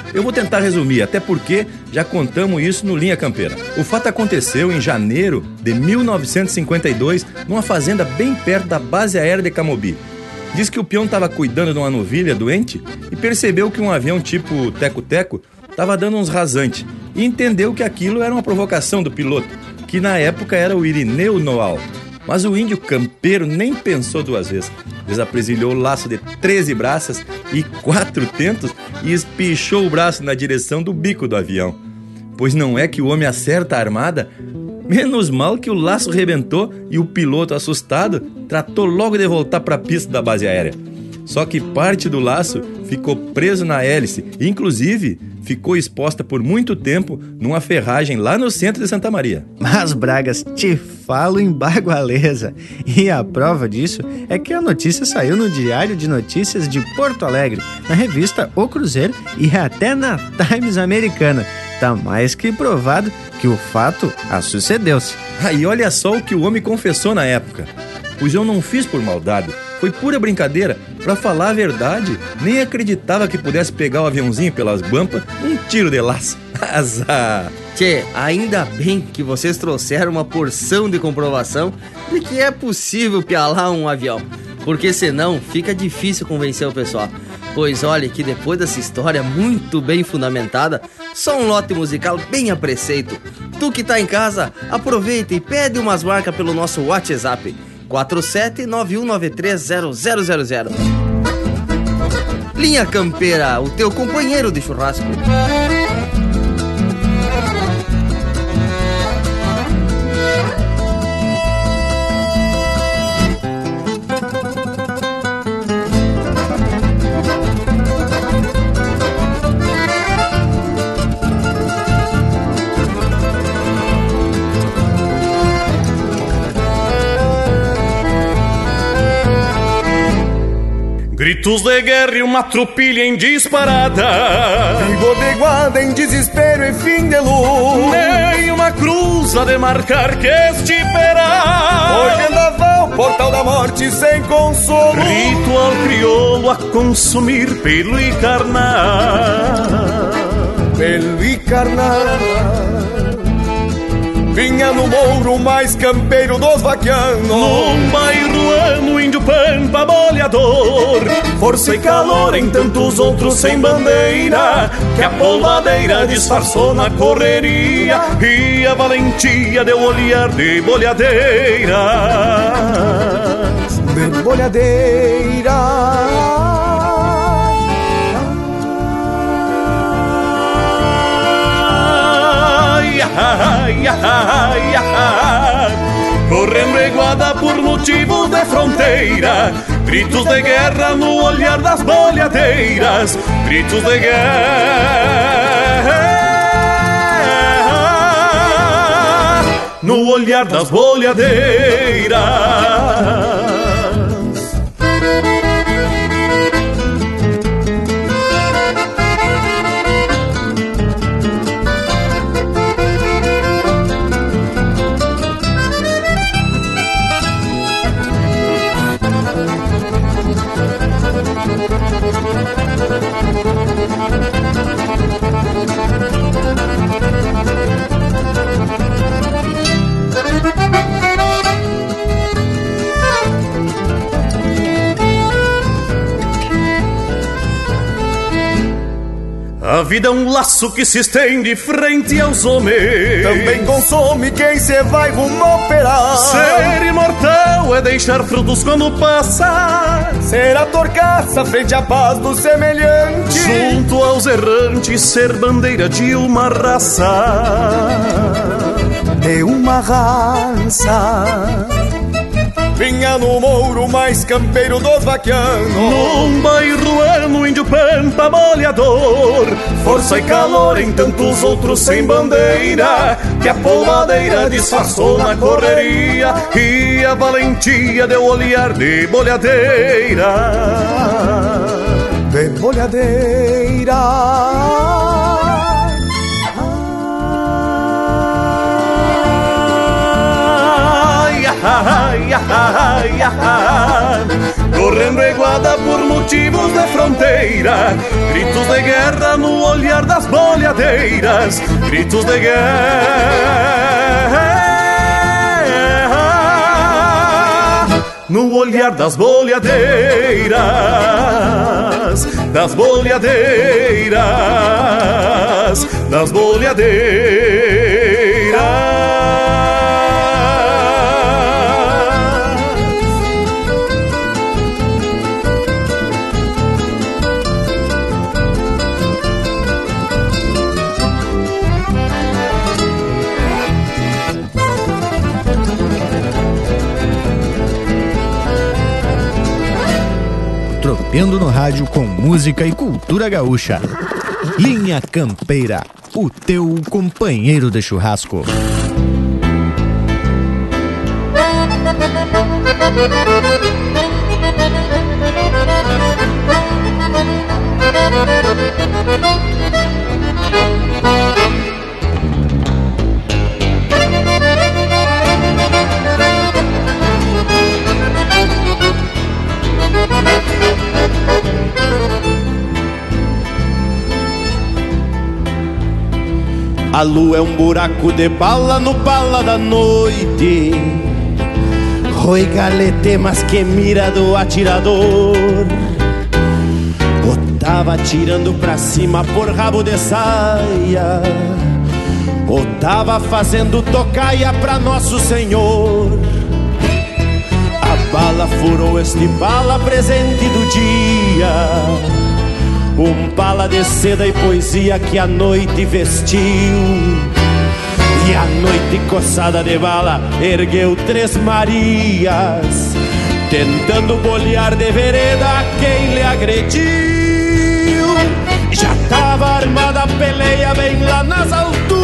Eu vou tentar resumir, até porque já contamos isso no Linha Campeira. O fato aconteceu em janeiro de mil novecentos e cinquenta e dois, numa fazenda bem perto da base aérea de Camobi. Diz que o peão estava cuidando de uma novilha doente e percebeu que um avião tipo teco-teco estava dando uns rasantes e entendeu que aquilo era uma provocação do piloto, que na época era o Irineu Noal. Mas o índio campeiro nem pensou duas vezes. Desapresilhou o laço de treze braças e quatro tentos e espichou o braço na direção do bico do avião. Pois não é que o homem acerta a armada? Menos mal que o laço rebentou e o piloto, assustado, tratou logo de voltar para a pista da base aérea. Só que parte do laço ficou preso na hélice e, inclusive, ficou exposta por muito tempo numa ferragem lá no centro de Santa Maria. Mas, Bragas, te falo em bagualeza. E a prova disso é que a notícia saiu no Diário de Notícias de Porto Alegre, na revista O Cruzeiro e até na Times Americana. Tá mais que provado que o fato a sucedeu-se. Aí olha só o que o homem confessou na época. Pois eu não fiz por maldade, foi pura brincadeira. Pra falar a verdade, nem acreditava que pudesse pegar o aviãozinho pelas guampas um tiro de laço. Azar! Tchê, ainda bem que vocês trouxeram uma porção de comprovação de que é possível pialar um avião, porque senão fica difícil convencer o pessoal. Pois olha que depois dessa história muito bem fundamentada, só um lote musical bem a preceito. Tu que tá em casa, aproveita e pede umas marcas pelo nosso WhatsApp quatro sete nove um nove três zero zero zero zero. Linha Campeira, o teu companheiro de churrasco. Gritos de guerra e uma tropilha em disparada, Embodeguada em desespero e fim de luz, nem uma cruz a demarcar que este esperar. Foi vendaval, portal da morte sem consolo, Ritual crioulo a consumir pelo e carnal, pelo e carnal. Vinha no mouro mais campeiro dos vaquianos, num bairroano, índio pampa boleador, força e calor em tantos outros sem bandeira, que a polvadeira disfarçou na correria, e a valentia deu olhar de boleadeiras, de boleadeiras. Ai, ai, ai, correndo reguada por motivo de fronteira, gritos de guerra no olhar das boleadeiras, gritos de guerra no olhar das boleadeiras. A vida é um laço que se estende frente aos homens, também consome quem se vai rumo a operar. Ser imortal é deixar frutos quando passa, ser a torcaça frente à paz do semelhante, junto aos errantes ser bandeira de uma raça, de uma raça. Vinha no mouro mais campeiro dos vaquianos, num bairroano, índio pampa boleador, força e calor em tantos outros sem bandeira, que a polvadeira disfarçou na correria, e a valentia deu olhar de boleadeira, de boleadeira. Ai, ai, ai, ai, correndo reguada por motivo motivos de fronteira, gritos de guerra no olhar das boleadeiras, gritos de guerra no olhar das boleadeiras, das boleadeiras, das boleadeiras. Tropeando no rádio com música e cultura gaúcha. Linha Campeira, o teu companheiro de churrasco. A lua é um buraco de bala no bala da noite. Roi galete, mas que mira do atirador. O tava atirando pra cima por rabo de saia, o tava fazendo tocaia pra Nosso Senhor. A bala furou este bala presente do dia, um bala de seda e poesia que a noite vestiu. E a noite coçada de bala ergueu Três Marias, tentando bolear de vereda quem lhe agrediu. Já tava armada a peleia bem lá nas alturas,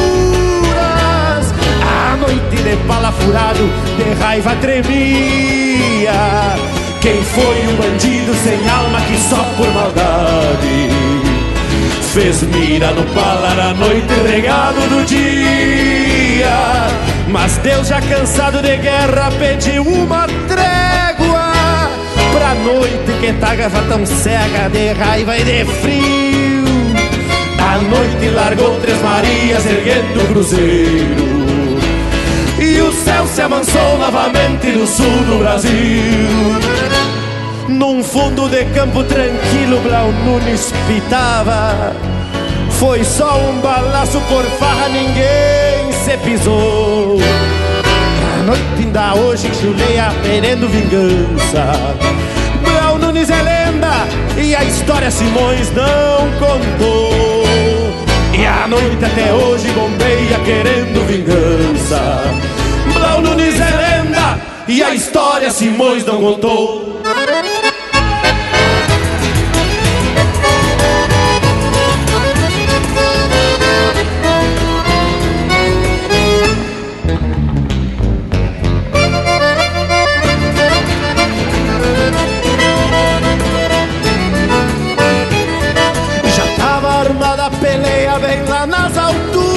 a noite de bala furado de raiva tremia. Quem foi um bandido sem alma que só por maldade fez mira no bala na noite regado do dia? Mas Deus, já cansado de guerra, pediu uma trégua pra noite que tava tão cega de raiva e de frio. A noite largou Três Marias erguendo o cruzeiro, e o céu se amansou novamente no sul do Brasil. Num fundo de campo tranquilo, Blau Nunes pitava. Foi só um balaço por farra, ninguém se pisou. A noite ainda hoje chuleia querendo vingança. Blau Nunes é lenda e a história Simões não contou. E a noite até hoje bombeia querendo vingança. Blau Nunes é lenda e a história Simões não contou. Bem lá nas alturas,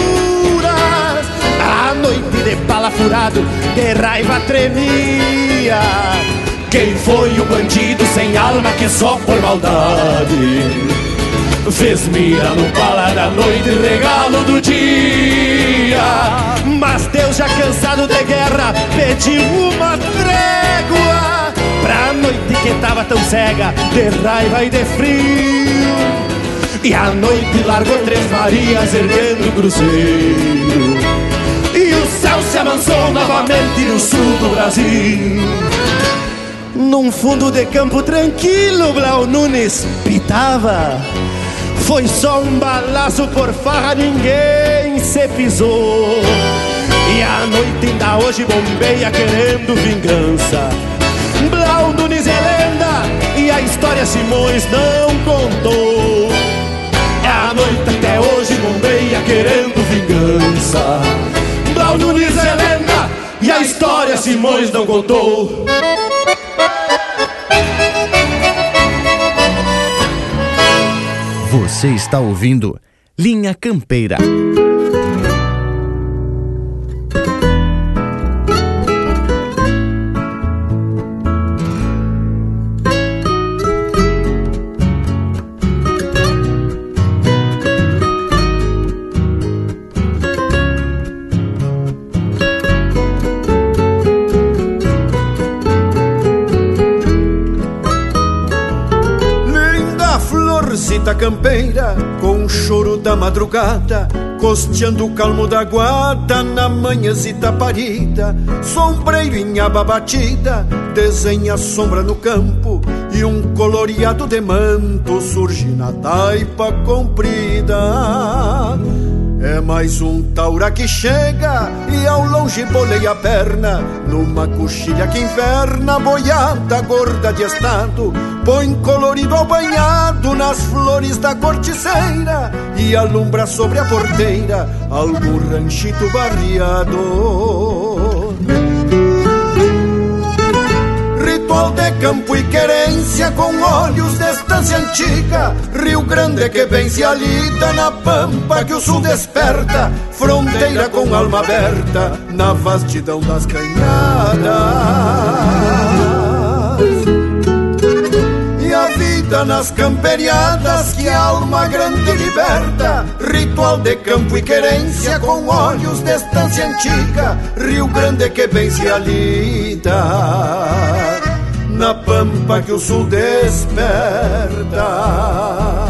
a noite de bala furado de raiva tremia. Quem foi o bandido sem alma que só por maldade fez mira no bala da noite, regalo do dia? Mas Deus, já cansado de guerra, pediu uma trégua pra noite que tava tão cega de raiva e de frio. E a noite largou Três Marias erguendo o cruzeiro, e o céu se amansou novamente no sul do Brasil. Num fundo de campo tranquilo, Blau Nunes pitava. Foi só um balaço por farra, ninguém se pisou. E a noite ainda hoje bombeia querendo vingança. Blau Nunes é lenda e a história Simões não contou. A noite até hoje bombeia querendo vingança. Blau Nunes é lenda e a história Simões não contou. Você está ouvindo Linha Campeira. campeira, com o choro da madrugada, costeando o calmo da guarda na manhãzita parida. Sombreiro em aba batida, desenha sombra no campo, e um coloreado de manto surge na taipa comprida. É mais um taura que chega e ao longe boleia a perna, numa coxilha que inverna, boiada gorda de estado, põe colorido ao banhado nas flores da corticeira e alumbra sobre a porteira algum ranchito barriado. Ritual de campo e querência com olhos de estância antiga, Rio Grande que vem se alida na pampa que o sul desperta, fronteira com alma aberta na vastidão das canhadas. E a vida nas camperiadas que a alma grande liberta, ritual de campo e querência com olhos de estância antiga, Rio Grande que vem se alida na pampa que o sul desperta.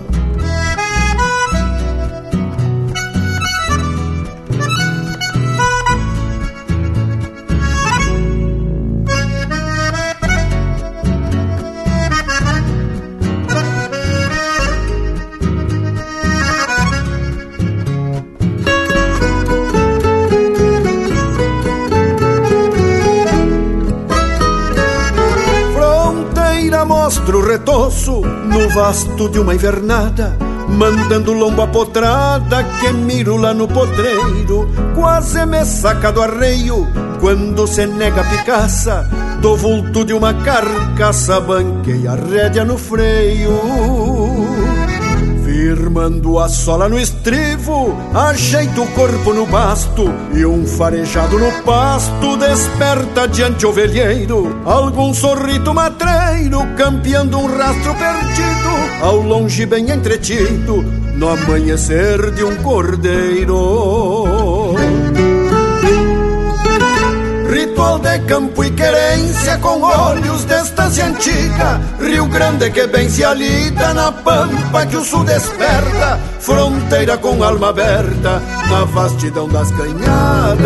Mostra o retoço no vasto de uma invernada, mandando lombo a potrada que miro lá no potreiro. Quase me saca do arreio quando se nega a picaça, do vulto de uma carcaça banqueia a rédea no freio. Firmando a sola no estrivo, ajeita o corpo no basto, e um farejado no pasto desperta diante o velheiro algum sorrito matreiro, campeando um rastro perdido, ao longe bem entretido, no amanhecer de um cordeiro. Ritual de campo e querência com olhos de estância antiga, Rio Grande que bem se alida na pampa que o sul desperta, fronteira com alma aberta na vastidão das canhadas.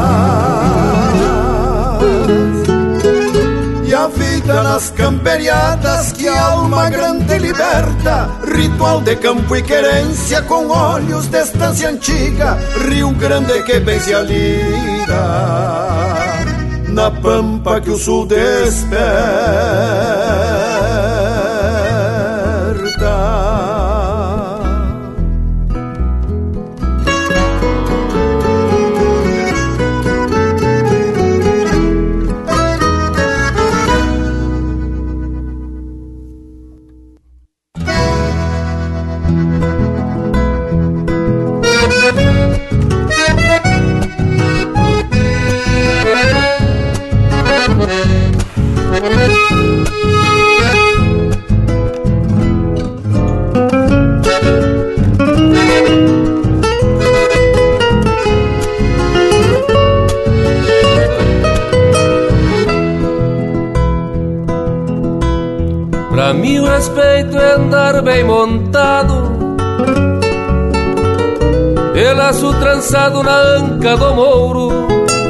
E a vida nas camperiadas que a alma grande liberta, ritual de campo e querência com olhos de estância antiga, Rio Grande que bem se alida na pampa que o sul desperta. Pra mim o respeito é andar bem montado, de laço trançado na anca do mouro,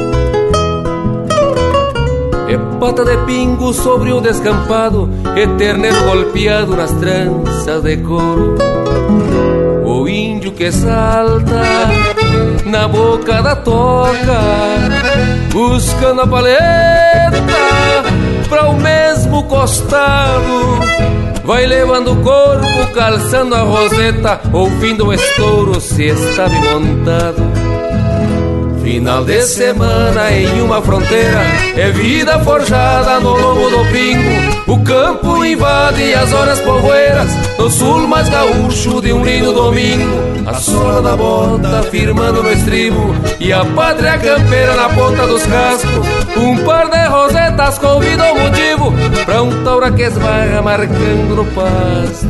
e pata de pingo sobre o descampado, e terneiro golpeado nas tranças de couro. O índio que salta na boca da toca, buscando a paleta pra o mesmo costado, vai levando o corpo, calçando a roseta, ouvindo o estouro se está bem montado. Final de semana em uma fronteira, é vida forjada no lombo do pingo. O campo invade as horas povoeiras, no sul mais gaúcho de um lindo domingo. A sola da bota firmando no estribo, e a pátria campeira na ponta dos cascos. Um par de rosetas convida o motivo pra um taura que esbarra marcando no pasto.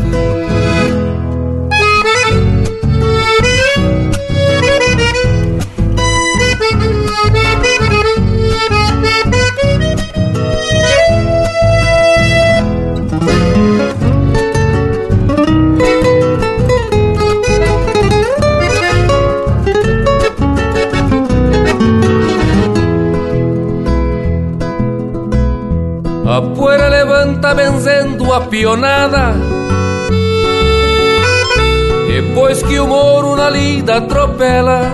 a poeira levanta benzendo a pionada. Depois que o mouro na lida atropela,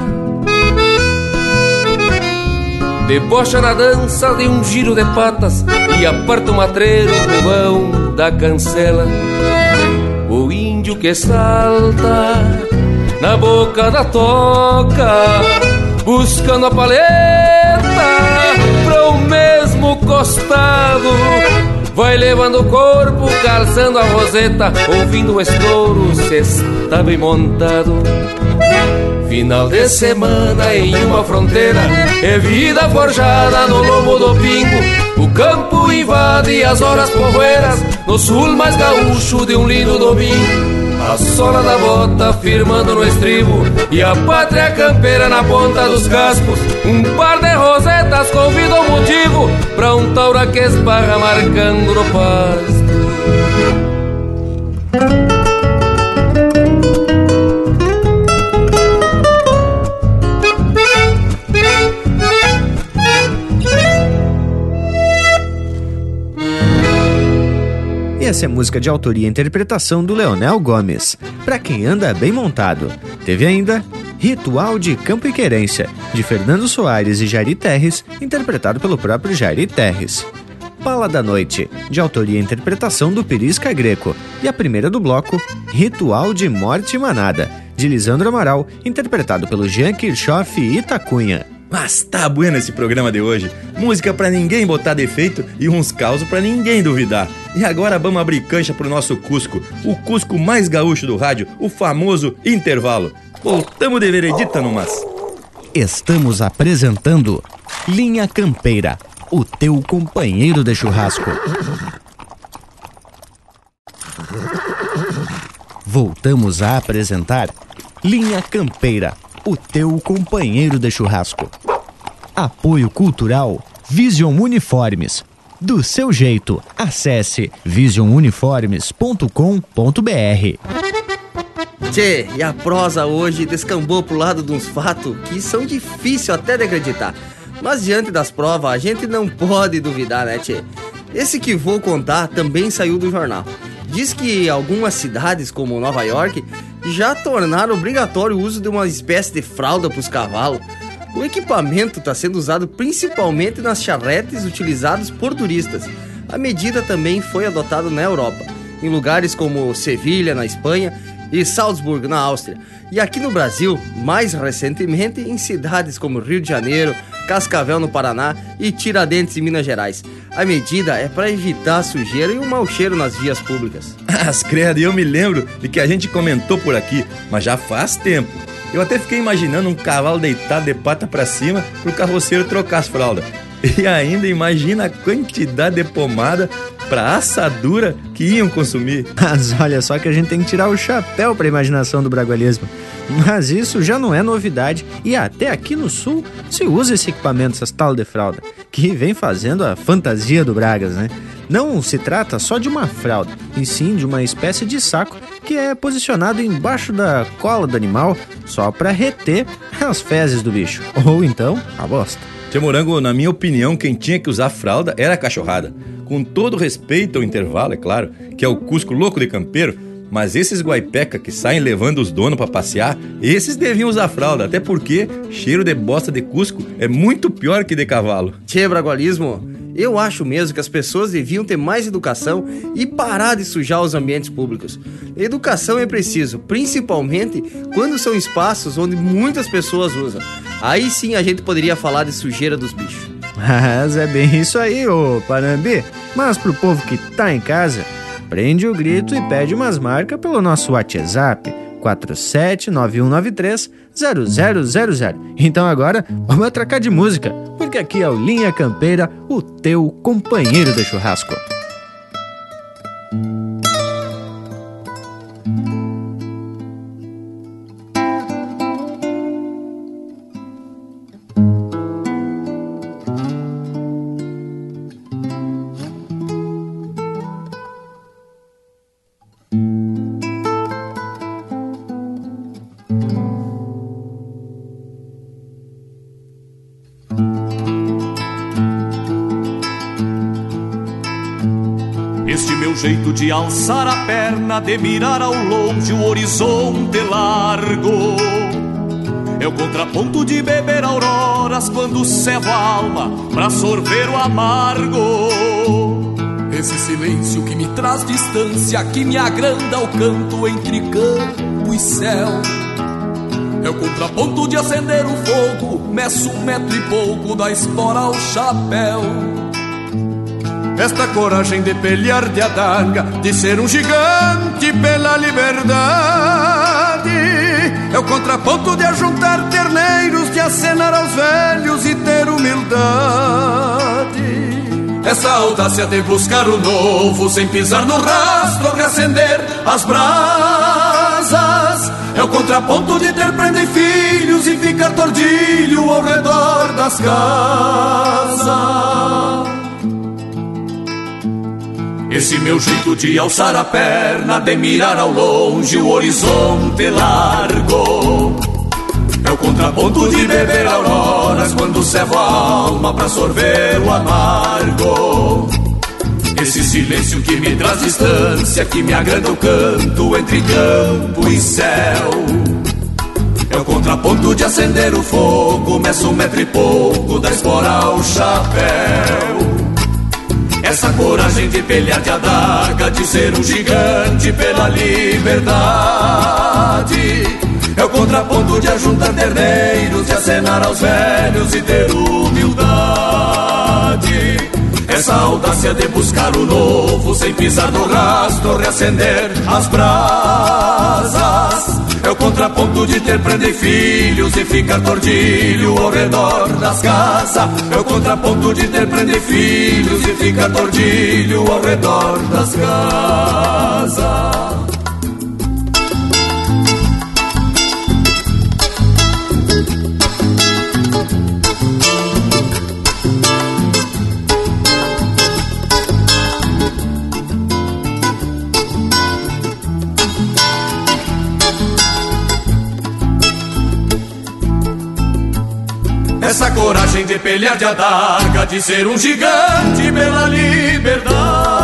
debocha na dança de um giro de patas e aparta o matreiro no vão da cancela. O índio que salta na boca da toca, buscando a paleta para o mesmo costado, vai levando o corpo, calçando a roseta, ouvindo o estouro, se está bem montado. Final de semana em uma fronteira, é vida forjada no lombo do pingo. O campo invade as horas povoeiras, no sul mais gaúcho de um lindo domingo. A sola da bota firmando no estribo e a pátria campeira na ponta dos cascos. Um par de rosetas convida o motivo pra um taura que esbarra marcando no pasto. Essa é música de autoria e interpretação do Leonel Gomes, Pra Quem Anda Bem Montado. Teve ainda Ritual de Campo e Querência, de Fernando Soares e Jairi Terres, interpretado pelo próprio Jairi Terres. Pala da Noite, de autoria e interpretação do Pirisca Greco. E a primeira do bloco, Ritual de Morte e Manada, de Lisandro Amaral, interpretado pelo Jean Kirchhoff e Itacunha. Mas tá bueno esse programa de hoje. Música pra ninguém botar defeito e uns causos pra ninguém duvidar. E agora vamos abrir cancha pro nosso Cusco, o Cusco mais gaúcho do rádio, o famoso intervalo. Voltamos de veredita no mas. Estamos apresentando Linha Campeira, o teu companheiro de churrasco. Voltamos a apresentar Linha Campeira, o teu companheiro de churrasco. Apoio Cultural Vision Uniformes. Do seu jeito, acesse vision uniformes ponto com ponto b r. Tchê, e a prosa hoje descambou pro lado de uns fatos que são difíceis até de acreditar. Mas diante das provas, a gente não pode duvidar, né, tchê? Esse que vou contar também saiu do jornal. Diz que algumas cidades, como Nova York, já tornaram obrigatório o uso de uma espécie de fralda para os cavalos. O equipamento está sendo usado principalmente nas charretes utilizados por turistas. A medida também foi adotada na Europa, em lugares como Sevilha, na Espanha, e Salzburgo, na Áustria. E aqui no Brasil, mais recentemente, em cidades como Rio de Janeiro, Cascavel, no Paraná, e Tiradentes, em Minas Gerais. A medida é para evitar a sujeira e o mau cheiro nas vias públicas. As credo, eu me lembro de que a gente comentou por aqui, mas já faz tempo. Eu até fiquei imaginando um cavalo deitado de pata pra cima pro carroceiro trocar as fraldas. E ainda imagina a quantidade de pomada pra assadura que iam consumir. Mas olha só que a gente tem que tirar o chapéu pra imaginação do bragualismo. Mas isso já não é novidade e até aqui no sul se usa esse equipamento, essas tal de fralda, que vem fazendo a fantasia do Bragas, né? Não se trata só de uma fralda, e sim de uma espécie de saco que é posicionado embaixo da cola do animal só para reter as fezes do bicho, ou então a bosta. Tia Morango, na minha opinião, quem tinha que usar fralda era a cachorrada. Com todo respeito ao intervalo, é claro, que é o Cusco louco de campeiro, mas esses guaipeca que saem levando os donos pra passear, esses deviam usar fralda, até porque cheiro de bosta de Cusco é muito pior que de cavalo. Tchê, bragualismo, eu acho mesmo que as pessoas deviam ter mais educação e parar de sujar os ambientes públicos. Educação é preciso, principalmente quando são espaços onde muitas pessoas usam. Aí sim a gente poderia falar de sujeira dos bichos. Mas é bem isso aí, ô Panambi. Mas pro povo que tá em casa, prende o grito e pede umas marcas pelo nosso WhatsApp quatro sete nove um nove três zero zero zero zero. Então agora vamos atracar de música, porque aqui é o Linha Campeira, o teu companheiro de churrasco. Este meu jeito de alçar a perna, de mirar ao longe o horizonte largo, é o contraponto de beber auroras quando cevo a alma pra sorver o amargo. Esse silêncio que me traz distância, que me agranda o canto entre campo e céu, é o contraponto de acender o fogo, meço um metro e pouco da espora ao chapéu. Esta coragem de pelear de adaga, de ser um gigante pela liberdade, é o contraponto de ajuntar terneiros, de acenar aos velhos e ter humildade. Essa audácia de buscar o novo, sem pisar no rastro, reacender as brasas, é o contraponto de ter prenda e filhos e ficar tordilho ao redor das casas. Esse meu jeito de alçar a perna, de mirar ao longe o horizonte largo, é o contraponto de beber auroras quando cevo a alma pra sorver o amargo. Esse silêncio que me traz distância, que me agranda o canto entre campo e céu, é o contraponto de acender o fogo, meço um metro e pouco da espora ao chapéu. Essa coragem de pelear de adaga, de ser um gigante pela liberdade, é o contraponto de ajuntar terneiros, de acenar aos velhos e ter humildade. Essa audácia de buscar o novo, sem pisar no rastro, reacender as brasas, é o contraponto de ter prenda e filhos e ficar tordilho ao redor das casas, é o contraponto de ter prenda e filhos e ficar tordilho ao redor das casas. Essa coragem de pelear de adaga, de ser um gigante pela liberdade,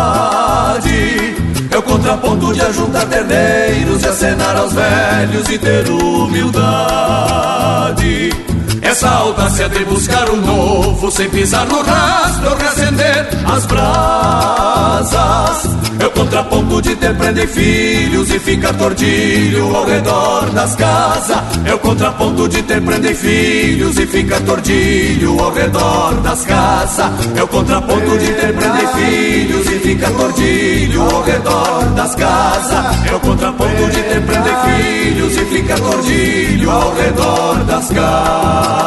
é o contraponto de ajuntar terneiros, de acenar aos velhos e ter humildade. Essa audácia de buscar o novo, sem pisar no rastro, reacender as brasas, é o contraponto de ter prenda e filhos e ficar tordilho ao redor das casas, é o contraponto de ter prenda e filhos e ficar tordilho ao redor das casas, é o contraponto de ter prenda e filhos e ficar tordilho ao redor das casas, é o contraponto de ter prenda e filhos e ficar tordilho ao redor das casas.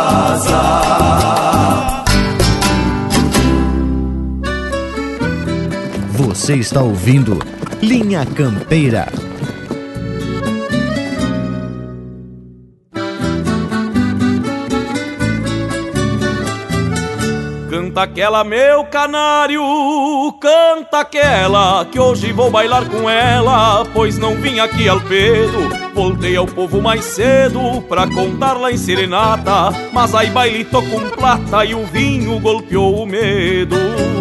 Você está ouvindo Linha Campeira. Canta aquela, meu canário, canta aquela, que hoje vou bailar com ela, pois não vim aqui ao pedo. Voltei ao povo mais cedo pra contar lá em serenata, mas aí baile tô com plata e o vinho golpeou o medo.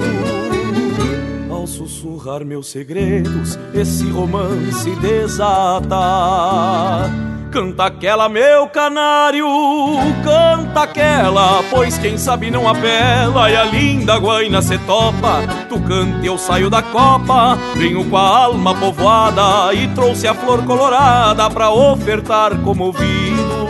Ao sussurrar meus segredos, esse romance desata. Canta aquela, meu canário, canta aquela, pois quem sabe não apela e a linda guaina se topa. Tu canta e eu saio da copa, venho com a alma povoada e trouxe a flor colorada pra ofertar comovido.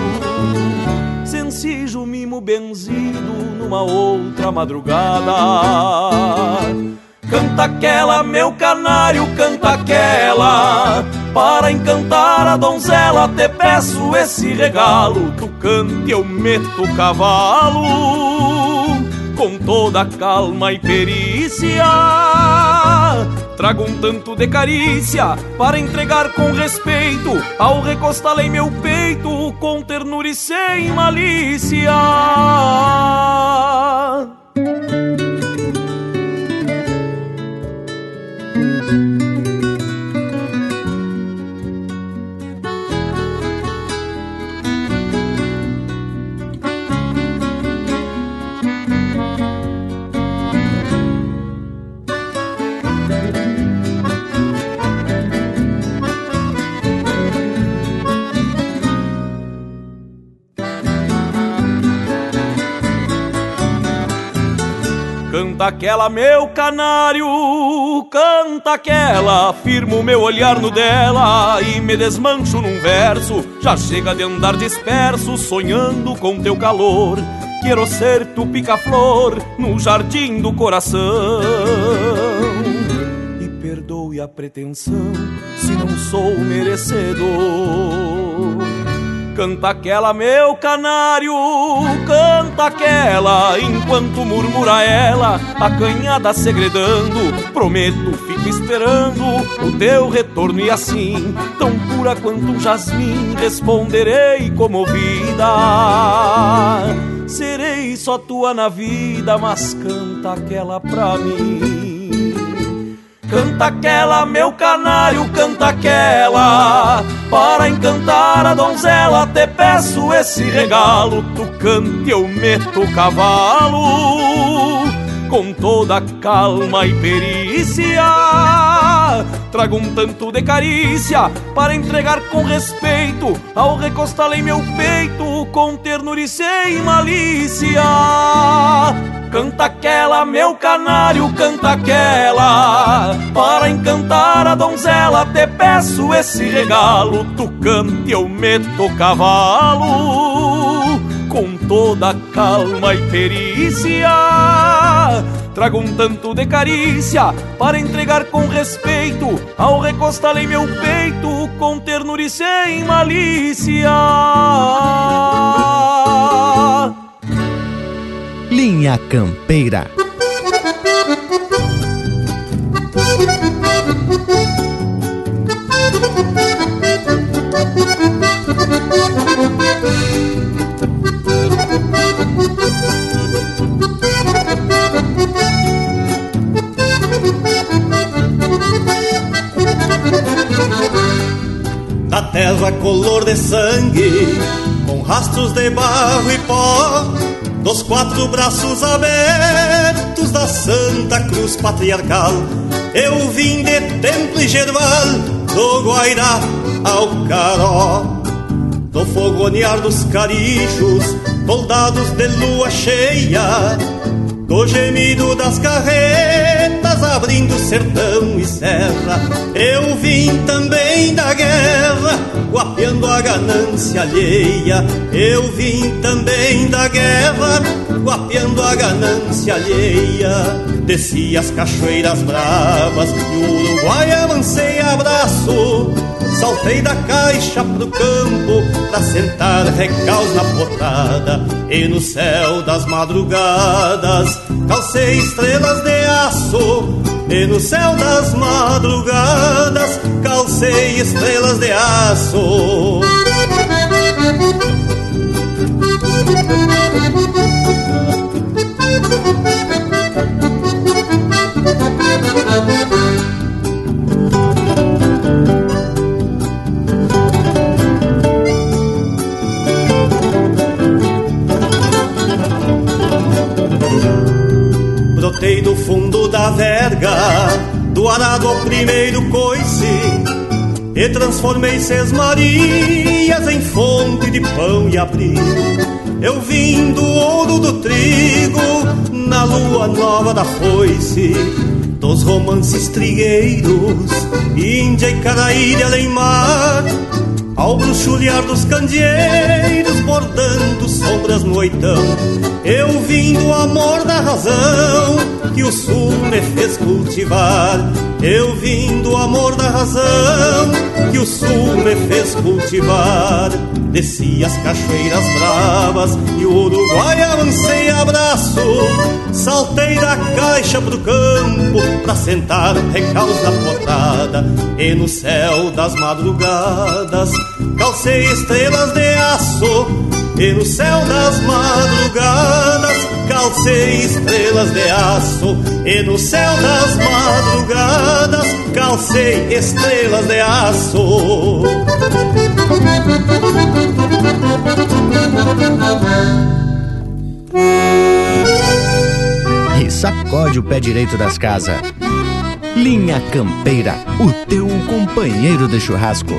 Sencijo mimo benzido numa outra madrugada. Canta aquela, meu canário, canta aquela, para encantar a donzela te peço esse regalo. Tu canta e eu meto o cavalo, com toda calma e perícia. Trago um tanto de carícia para entregar com respeito, ao recostá-la em meu peito, com ternura e sem malícia. Canta aquela, meu canário, canta aquela, firmo meu olhar no dela e me desmancho num verso. Já chega de andar disperso, sonhando com teu calor. Quero ser tu pica-flor no jardim do coração. E perdoe a pretensão se não sou merecedor. Canta aquela, meu canário, canta aquela, enquanto murmura ela, acanhada segredando. Prometo, fico esperando o teu retorno e assim, tão pura quanto um jasmim, responderei comovida. Serei só tua na vida, mas canta aquela pra mim. Canta aquela, meu canário, canta aquela, para encantar a donzela te peço esse regalo. Tu cante, eu meto o cavalo, com toda calma e perícia. Trago um tanto de carícia para entregar com respeito, ao recostá-la em meu peito, com ternura e sem malícia. Canta aquela, meu canário, canta aquela, para encantar a donzela te peço esse regalo. Tu cante, eu meto o cavalo, com toda calma e perícia. Trago um tanto de carícia para entregar com respeito, ao recostá-la em meu peito, com ternura e sem malícia. Linha Campeira. Da terra color de sangue, com rastros de barro e pó, dos quatro braços abertos da Santa Cruz Patriarcal, eu vim de Templo e Gerval, do Guairá ao Caró, do fogonear dos carijos, soldados de lua cheia, do gemido das carretas abrindo sertão e serra. Eu vim também da guerra, guapeando a ganância alheia. Eu vim também da guerra, guapeando a ganância alheia. Desci as cachoeiras bravas e o Uruguai avancei abraço. Saltei da caixa pro campo pra sentar recaus na portada, e no céu das madrugadas calcei estrelas de aço. E no céu das madrugadas calcei estrelas de aço. Brotei do fundo da verga, do arado ao primeiro coice, e transformei Seis Marias em fonte de pão e abrigo. Eu vim do ouro do trigo, na lua nova da foice, dos romances trigueiros, Índia e Caraíra além mar, ao bruxulear dos candeeiros, bordando sombras no oitão. Eu vim do amor da razão, que o sul me fez cultivar. Eu vim do amor da razão, que o sul me fez cultivar. Desci as cachoeiras bravas e o Uruguai avancei abraço. Saltei da caixa pro campo pra sentar recaus na potrada, e no céu das madrugadas calcei estrelas de aço. E no céu das madrugadas calcei estrelas de aço. E no céu das madrugadas calcei estrelas de aço. E sacode o pé direito das casas. Linha Campeira, o teu companheiro de churrasco.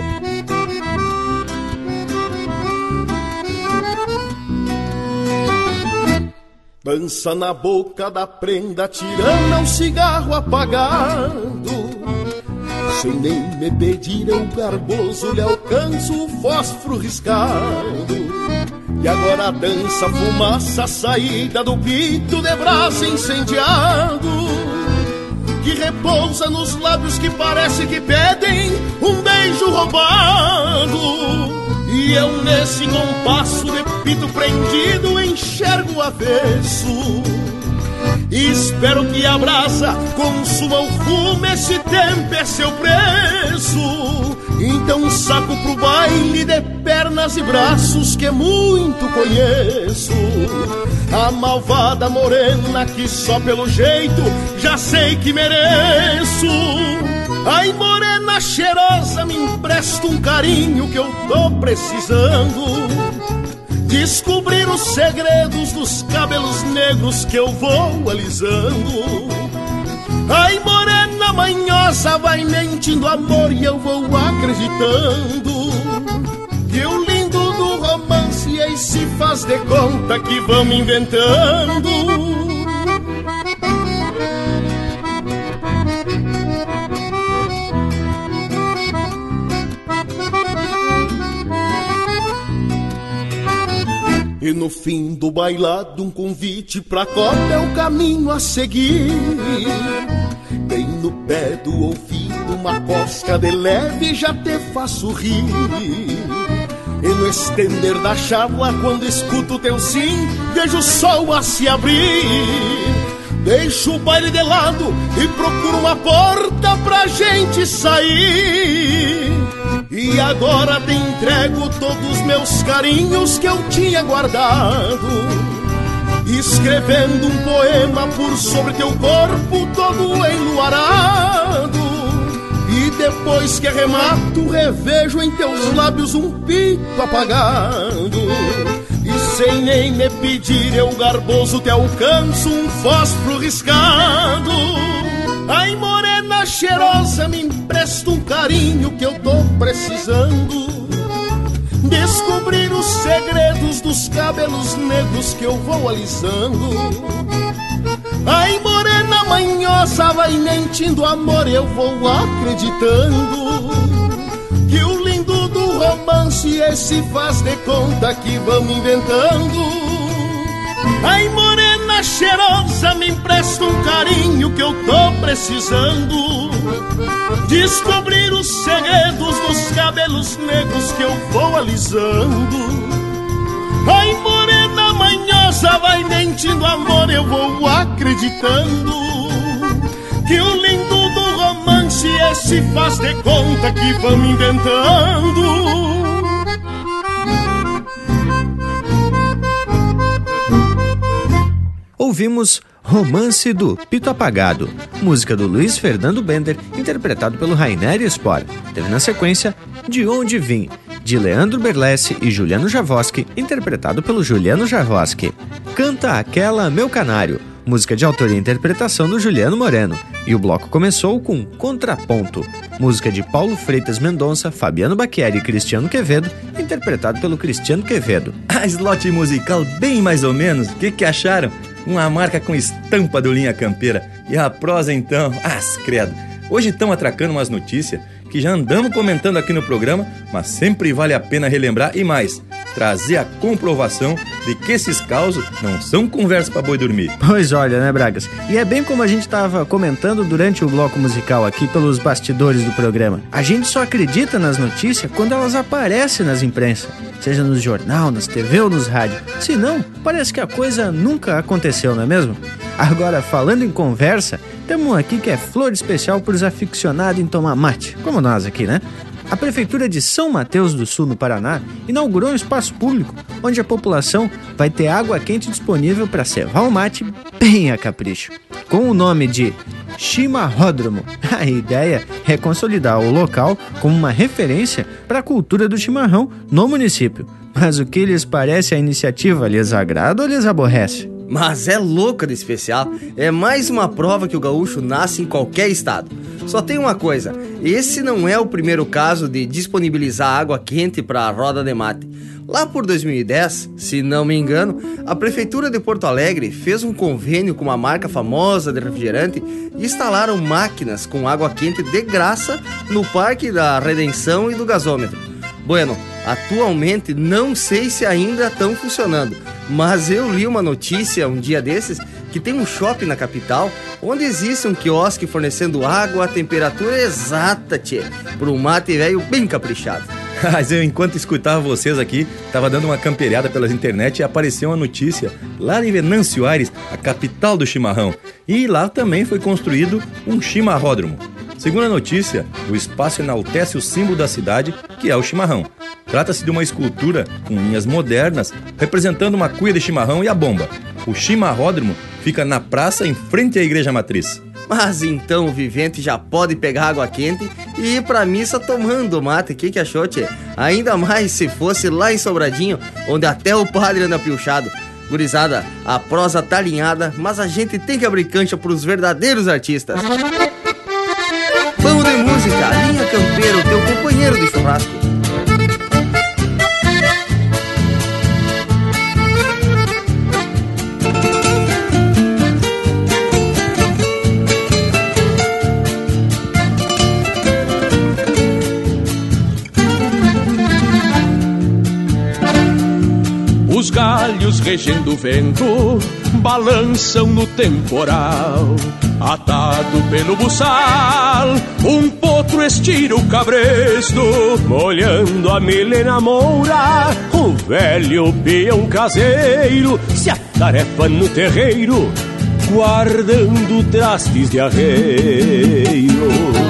Pança na boca da prenda, tirando um cigarro apagado. Sem nem me pedir eu garboso lhe alcanço o fósforo riscado. E agora dança fumaça saída do pito de brasa incendiado, que repousa nos lábios que parece que pedem um beijo roubado. E eu nesse compasso de pito prendido enxergo o avesso. E espero que a brasa consuma o fumo, esse tempo é seu preço. Então saco pro baile de pernas e braços que muito conheço. A malvada morena que só pelo jeito já sei que mereço. Ai, morena cheirosa, me empresta um carinho que eu tô precisando. Descobrir os segredos dos cabelos negros que eu vou alisando. Ai, morena manhosa, vai mentindo amor e eu vou acreditando que o lindo do romance aí se faz de conta que vamos inventando. E no fim do bailado um convite pra copa é o caminho a seguir. Bem no pé do ouvido uma cosca de leve já te faço rir. E no estender da chábua quando escuto teu sim vejo o sol a se abrir. Deixo o baile de lado e procuro uma porta pra gente sair. E agora te entrego todos os meus carinhos que eu tinha guardado, escrevendo um poema por sobre teu corpo todo enluarado. E depois que arremato revejo em teus lábios um pito apagado. E sem nem me pedir eu garboso te alcanço um fósforo riscado. Ai, morena cheirosa, me empresta um carinho que eu tô precisando. Descobrir os segredos dos cabelos negros que eu vou alisando. Ai, morena manhosa, vai mentindo amor, eu vou acreditando que o lindo do romance esse faz de conta que vamos inventando. Ai, morena cheirosa, me empresta um carinho que eu tô precisando. Descobrir os segredos dos cabelos negros que eu vou alisando. Ai, morena manhosa, vai mentindo amor, eu vou acreditando que o lindo do romance esse faz de conta que vamos inventando. Ouvimos Romance do Pito Apagado, música do Luiz Fernando Bender, interpretado pelo Rainer Spor. Teve na sequência De Onde Vim, de Leandro Berlessi e Juliano Javoski, interpretado pelo Juliano Javoski. Canta Aquela Meu Canário, música de autoria e interpretação do Juliano Moreno. E o bloco começou com Contraponto, música de Paulo Freitas Mendonça, Fabiano Bacchieri e Cristiano Quevedo, interpretado pelo Cristiano Quevedo. A slot musical bem mais ou menos, o que que acharam? Uma marca com estampa do Linha Campeira. E a prosa então, as credo. Hoje estão atracando umas notícias que já andamos comentando aqui no programa, mas sempre vale a pena relembrar e mais, trazer a comprovação de que esses causos não são conversa pra boi dormir. Pois olha, né, Bragas? E é bem como a gente estava comentando durante o bloco musical aqui pelos bastidores do programa. A gente só acredita nas notícias quando elas aparecem nas imprensas, seja no jornal, nas T V ou nos rádios. Se não, parece que a coisa nunca aconteceu, não é mesmo? Agora, falando em conversa, temos um aqui que é flor especial para os aficionados em tomar mate, como nós aqui, né? A Prefeitura de São Mateus do Sul, no Paraná, inaugurou um espaço público onde a população vai ter água quente disponível para cevar o mate bem a capricho. Com o nome de Chimarródromo, a ideia é consolidar o local como uma referência para a cultura do chimarrão no município. Mas o que lhes parece a iniciativa? Lhes agrada ou lhes aborrece? Mas é louca de especial. É mais uma prova que o gaúcho nasce em qualquer estado. Só tem uma coisa, esse não é o primeiro caso de disponibilizar água quente para a roda de mate. Lá por dois mil e dez, se não me engano, a Prefeitura de Porto Alegre fez um convênio com uma marca famosa de refrigerante e instalaram máquinas com água quente de graça no Parque da Redenção e do Gasômetro. Bueno, atualmente não sei se ainda estão funcionando, mas eu li uma notícia um dia desses que tem um shopping na capital onde existe um quiosque fornecendo água à temperatura exata, tchê, para um mate velho bem caprichado. Mas eu, enquanto escutava vocês aqui, tava dando uma campeirada pelas internet e apareceu uma notícia lá em Venâncio Aires, a capital do chimarrão. E lá também foi construído um chimarródromo. Segundo a notícia, o espaço enaltece o símbolo da cidade, que é o chimarrão. Trata-se de uma escultura com linhas modernas, representando uma cuia de chimarrão e a bomba. O chimarródromo fica na praça em frente à igreja matriz. Mas então o vivente já pode pegar água quente e ir pra missa tomando mate. O que, que achou, tchê? Ainda mais se fosse lá em Sobradinho, onde até o padre anda piochado. Gurizada, a prosa tá alinhada, mas a gente tem que abrir cancha pros verdadeiros artistas. Vamos de música, Linha Campeira, o teu companheiro de churrasco. Os galhos regendo o vento balançam no temporal. Atado pelo buçal, um potro estira o cabresto, molhando a milena moura. O velho peão caseiro se atarefa no terreiro, guardando trastes de arreios.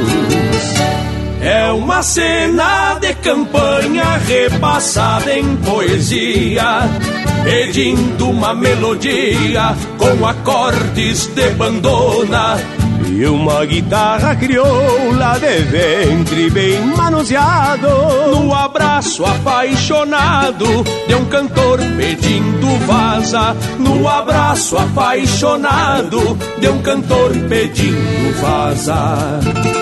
É uma cena de campanha repassada em poesia, pedindo uma melodia com acordes de bandona e uma guitarra crioula de ventre bem manuseado, no abraço apaixonado de um cantor pedindo vaza, no abraço apaixonado de um cantor pedindo vaza.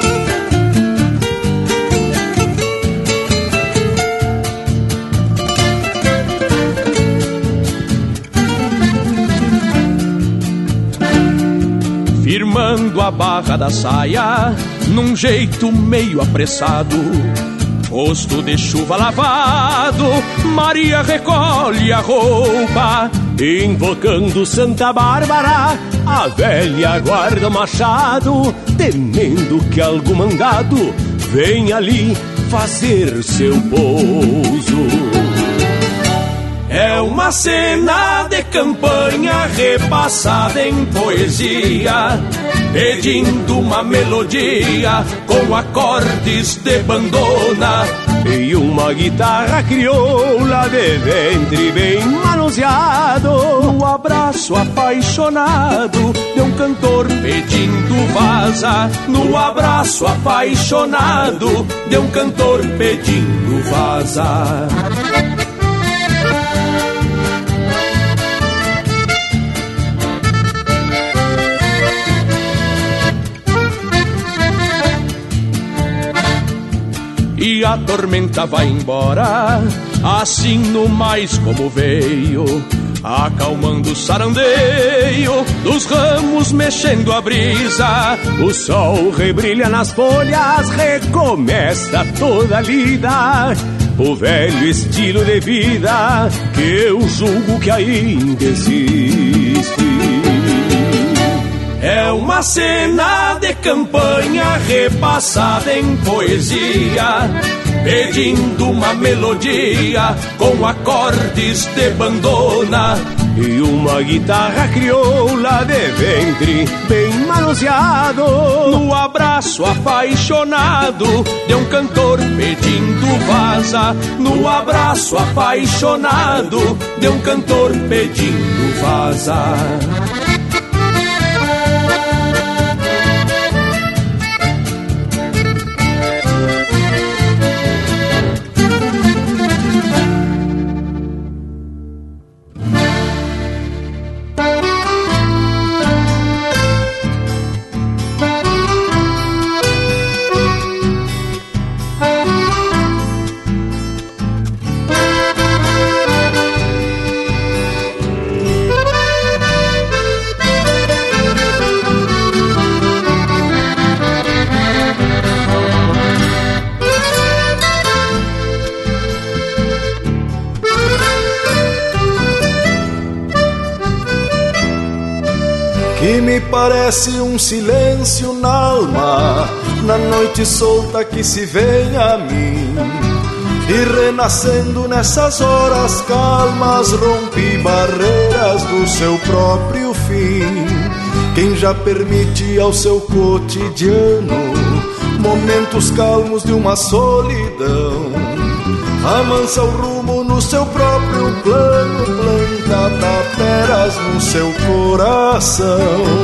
Firmando a barra da saia num jeito meio apressado, rosto de chuva lavado, Maria recolhe a roupa, invocando Santa Bárbara, a velha guarda o machado, temendo que algum mandado venha ali fazer seu pouso. É uma cena de campanha repassada em poesia, pedindo uma melodia com acordes de bandona e uma guitarra crioula de ventre bem manuseado, no abraço apaixonado de um cantor pedindo vaza, no abraço apaixonado de um cantor pedindo vaza. E a tormenta vai embora, assim no mais como veio, acalmando o sarandeio dos ramos, mexendo a brisa. O sol rebrilha nas folhas, recomeça toda a lida, o velho estilo de vida que eu julgo que ainda existe. É uma cena de campanha repassada em poesia, pedindo uma melodia com acordes de bandona e uma guitarra crioula de ventre bem manuseado, no abraço apaixonado de um cantor pedindo vaza, no abraço apaixonado de um cantor pedindo vaza. que me parece um silêncio na alma, na noite solta que se vem a mim. E renascendo nessas horas calmas, rompi barreiras do seu próprio fim. Quem já permite ao seu cotidiano momentos calmos de uma solidão, amansa o rumo no seu próprio plano, planta taperas no seu coração.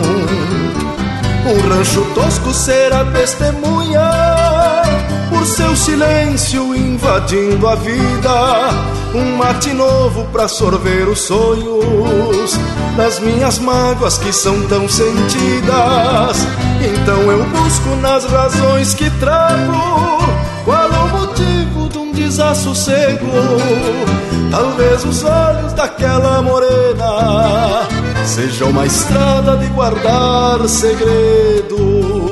Um rancho tosco será testemunha por seu silêncio invadindo a vida, um mate novo pra sorver os sonhos das minhas mágoas que são tão sentidas. Então eu busco nas razões que trago qual é o motivo de um desassossego. Talvez os olhos daquela morena sejam uma estrada de guardar segredos.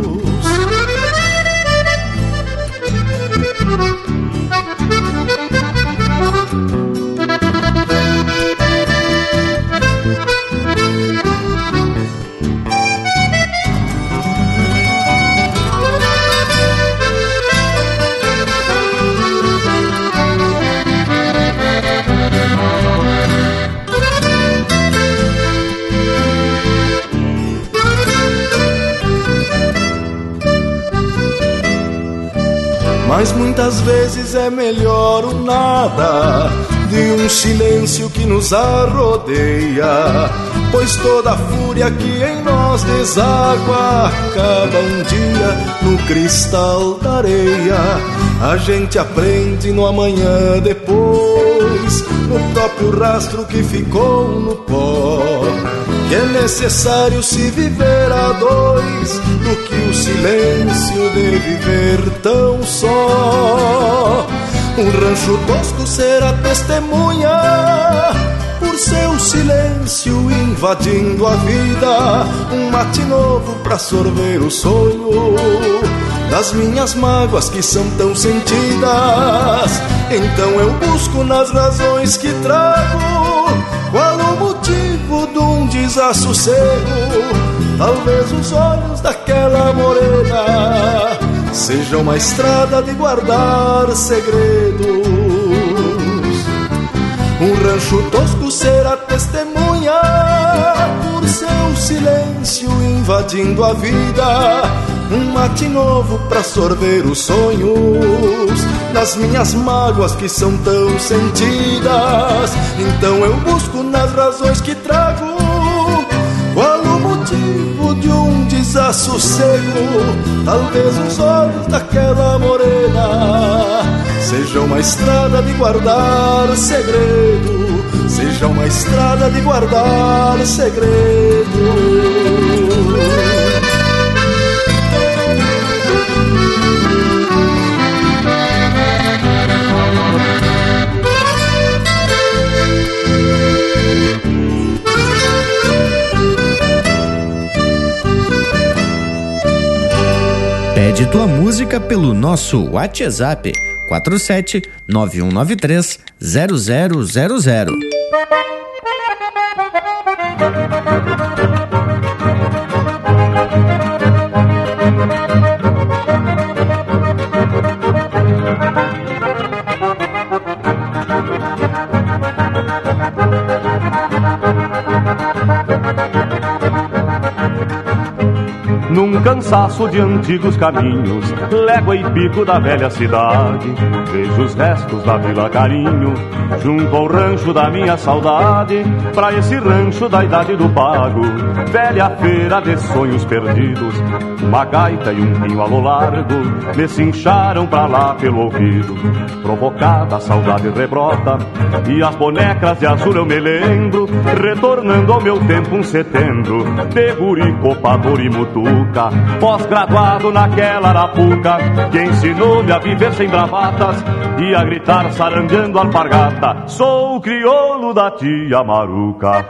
Mas muitas vezes é melhor o nada de um silêncio que nos arrodeia, pois toda a fúria que em nós deságua acaba um dia no cristal da areia. A gente aprende no amanhã depois, no próprio rastro que ficou no pó, que é necessário se viver a dois do que o silêncio de viver tão só. Um rancho tosco será testemunha por seu silêncio invadindo a vida, um mate novo pra sorver o sonho das minhas mágoas que são tão sentidas. Então eu busco nas razões que trago qual o motivo de um desassossego. Talvez os olhos daquela morena sejam uma estrada de guardar segredos. Um rancho tosco será testemunha por seu silêncio invadindo a vida, um mate novo pra sorver os sonhos das minhas mágoas que são tão sentidas. Então eu busco nas razões que trago qual o motivo de um desassossego. Talvez os olhos daquela morena sejam uma estrada de guardar segredo, seja uma estrada de guardar segredo. Pede tua música pelo nosso WhatsApp quatro sete nove um nove três zero zero zero zero. Num cansaço de antigos caminhos, légua e pico da velha cidade, vejo os restos da Vila Carinho, junto ao rancho da minha saudade. Pra esse rancho da idade do pago, velha feira de sonhos perdidos, uma gaita e um pinho a lo largo me cincharam pra lá pelo ouvido. Provocada a saudade rebrota, e as bonecas de azul eu me lembro, retornando ao meu tempo um setembro, de guri, copador e mutuca, pós-graduado naquela arapuca, que ensinou-me a viver sem bravatas e a gritar sarandeando alpargata. Sou o crioulo da tia Maruca.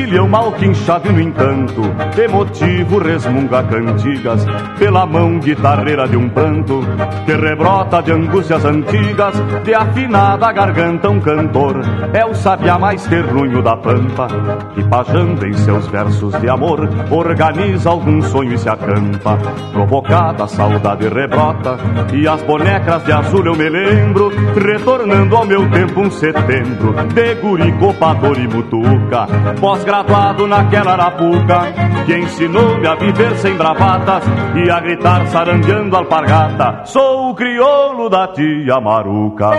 pilhão mal quinchado e no entanto emotivo resmunga cantigas pela mão guitarreira de um pranto que rebrota de angústias antigas. De afinada garganta um cantor é o sabiá mais terrunho da pampa, que pajando em seus versos de amor organiza algum sonho e se acampa. Provocada a saudade rebrota e as bonecas de azul eu me lembro, retornando ao meu tempo um setembro de guri, copador e mutuca, pós-graduado naquela arapuca que ensinou-me a viver sem bravatas e a gritar sarandeando alpargata. Sou o crioulo da tia Maruca.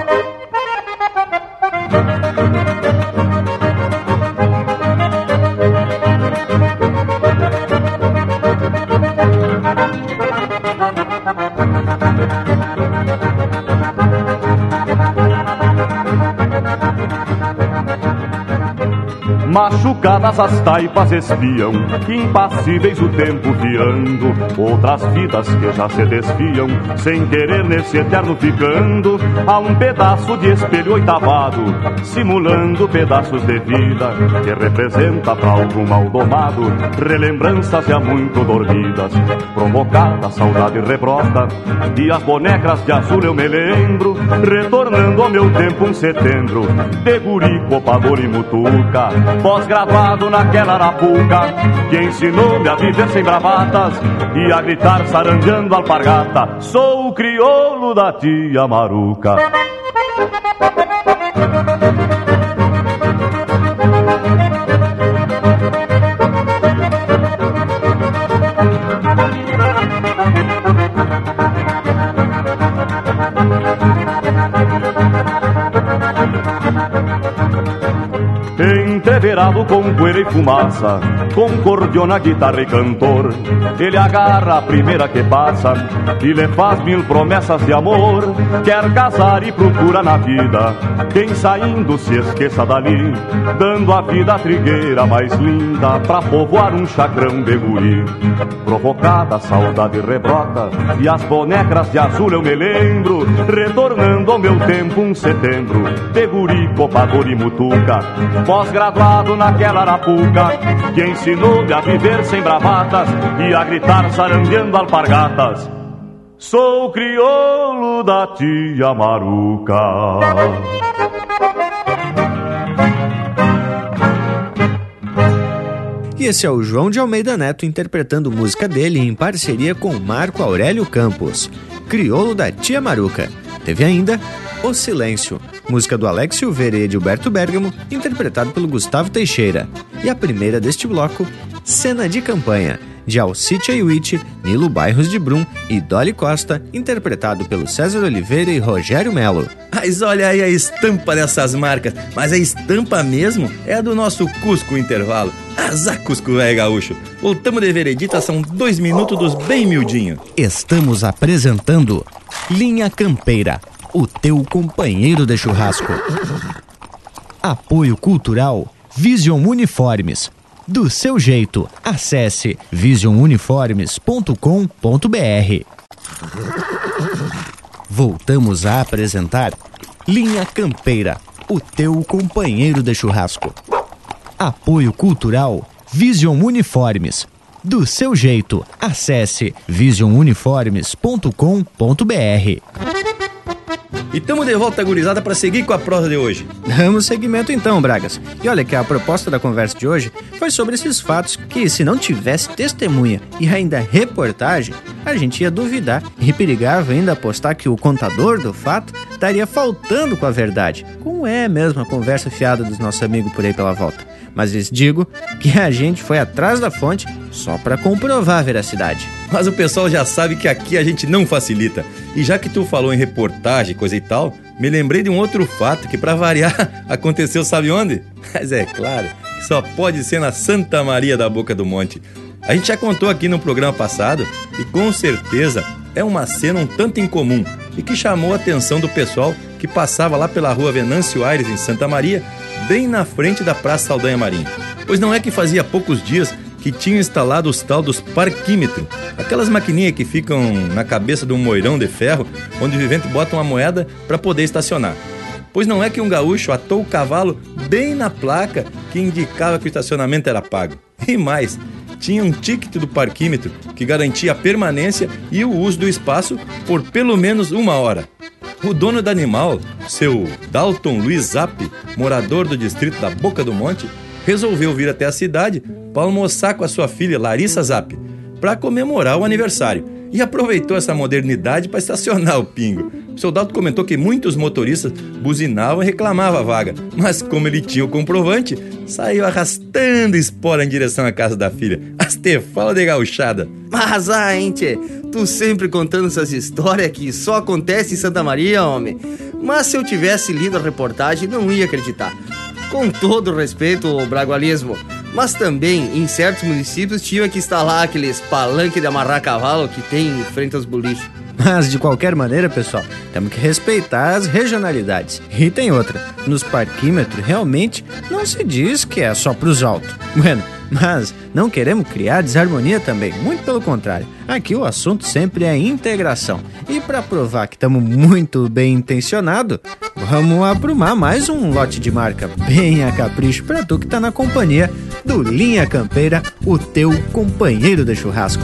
Machucadas as taipas espiam, impassíveis o tempo fiando, outras vidas que já se desfiam, sem querer nesse eterno ficando, a um pedaço de espelho oitavado, simulando pedaços de vida, que representa pra algum mal domado, relembranças já muito dormidas. Provocada a saudade rebrota, e as bonecas de azul eu me lembro, retornando ao meu tempo um setembro, de guri, copador e mutuca, pós-graduado naquela arapuca, que ensinou-me a viver sem bravatas e a gritar sarandeando alpargata. Sou o crioulo da tia Maruca. Entreverado com poeira e fumaça, com cordiona, guitarra e cantor, ele agarra a primeira que passa e lhe faz mil promessas de amor. Quer casar e procura na vida quem saindo se esqueça dali, dando a vida a trigueira mais linda pra povoar um chacrão de guri. Provocada a saudade rebrota e as bonecas de azul eu me lembro, retornando ao meu tempo um setembro, de guri, copador e mutuca, pós-graduado naquela arapuca, que ensinou-me a viver sem bravatas e a gritar sarandeando alpargatas. Sou o crioulo da tia Maruca. E esse é o João de Almeida Neto interpretando música dele em parceria com Marco Aurélio Campos, Crioulo da Tia Maruca. Teve ainda O Silêncio, música do Alex Silveira e Edilberto Bergamo, interpretado pelo Gustavo Teixeira. E a primeira deste bloco, Cena de Campanha, de Alcite Ayuite, Nilo Bairros de Brum e Dolly Costa, interpretado pelo César Oliveira e Rogério Melo. Mas olha aí a estampa dessas marcas, mas a estampa mesmo é a do nosso Cusco Intervalo. Azar, Cusco Velho Gaúcho. Voltamos de veredita, são dois minutos dos bem miudinho. Estamos apresentando Linha Campeira, o teu companheiro de churrasco. Apoio Cultural Vision Uniformes. Do seu jeito, acesse vision uniformes ponto com ponto b r. Voltamos a apresentar Linha Campeira, o teu companheiro de churrasco. Apoio Cultural Vision Uniformes. Do seu jeito, acesse vision uniformes ponto com ponto b r. E tamo de volta, gurizada, para seguir com a prosa de hoje. Damos seguimento então, Bragas. E olha que a proposta da conversa de hoje foi sobre esses fatos que, se não tivesse testemunha e ainda reportagem, a gente ia duvidar e perigava ainda apostar que o contador do fato estaria faltando com a verdade, como é mesmo a conversa fiada dos nossos amigos por aí pela volta. Mas lhes digo que a gente foi atrás da fonte só para comprovar a veracidade. Mas o pessoal já sabe que aqui a gente não facilita. E já que tu falou em reportagem, coisa e tal, me lembrei de um outro fato que, pra variar, aconteceu sabe onde? Mas é claro que só pode ser na Santa Maria da Boca do Monte. A gente já contou aqui no programa passado e com certeza é uma cena um tanto incomum e que chamou a atenção do pessoal que passava lá pela rua Venâncio Aires, em Santa Maria, bem na frente da Praça Saldanha Marim. Pois não é que fazia poucos dias que tinham instalado os tal dos parquímetros, aquelas maquininhas que ficam na cabeça de um moirão de ferro, onde o vivente bota uma moeda para poder estacionar. pois não é que um gaúcho atou o cavalo bem na placa que indicava que o estacionamento era pago. E mais, tinha um ticket do parquímetro que garantia a permanência e o uso do espaço por pelo menos uma hora. O dono do animal, seu Dalton Luiz Zapp, morador do distrito da Boca do Monte, resolveu vir até a cidade para almoçar com a sua filha Larissa Zapp, para comemorar o aniversário, e aproveitou essa modernidade para estacionar o pingo. O seu Dalton comentou que muitos motoristas buzinavam e reclamavam a vaga, mas como ele tinha o comprovante, saiu arrastando espora em direção à casa da filha. As te fala de gauchada. Mas, ah, hein, tchê, tu sempre contando essas histórias que só acontece em Santa Maria, homem. Mas se eu tivesse lido a reportagem, não ia acreditar. Com todo respeito ao bragualismo, mas também em certos municípios tinha que instalar aqueles palanques de amarrar cavalo que tem em frente aos boliches. Mas de qualquer maneira, pessoal, temos que respeitar as regionalidades. E tem outra, nos parquímetros realmente não se diz que é só pros altos. Bueno, mas não queremos criar desarmonia também, muito pelo contrário. Aqui o assunto sempre é integração. E para provar que estamos muito bem intencionados, vamos aprumar mais um lote de marca bem a capricho para tu que tá na companhia do Linha Campeira, o teu companheiro de churrasco.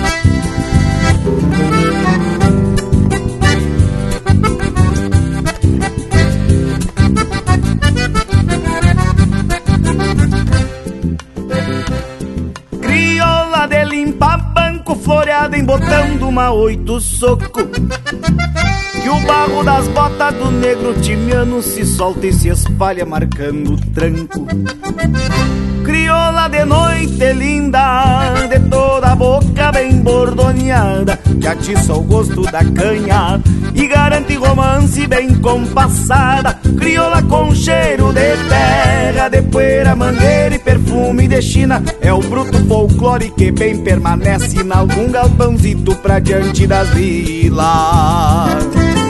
Crioula de limpar banco, floreada em botão de uma oito soco, que o barro das botas do negro timiano se solta e se espalha marcando o tranco. Crioula de noite linda, de toda a boca bem bordoneada, que atiça o gosto da canha e garante romance bem compassada. Crioula com cheiro de terra, de poeira, mangueira e perfume de China, é o bruto folclore que bem permanece em algum galpãozito pra diante das vilas.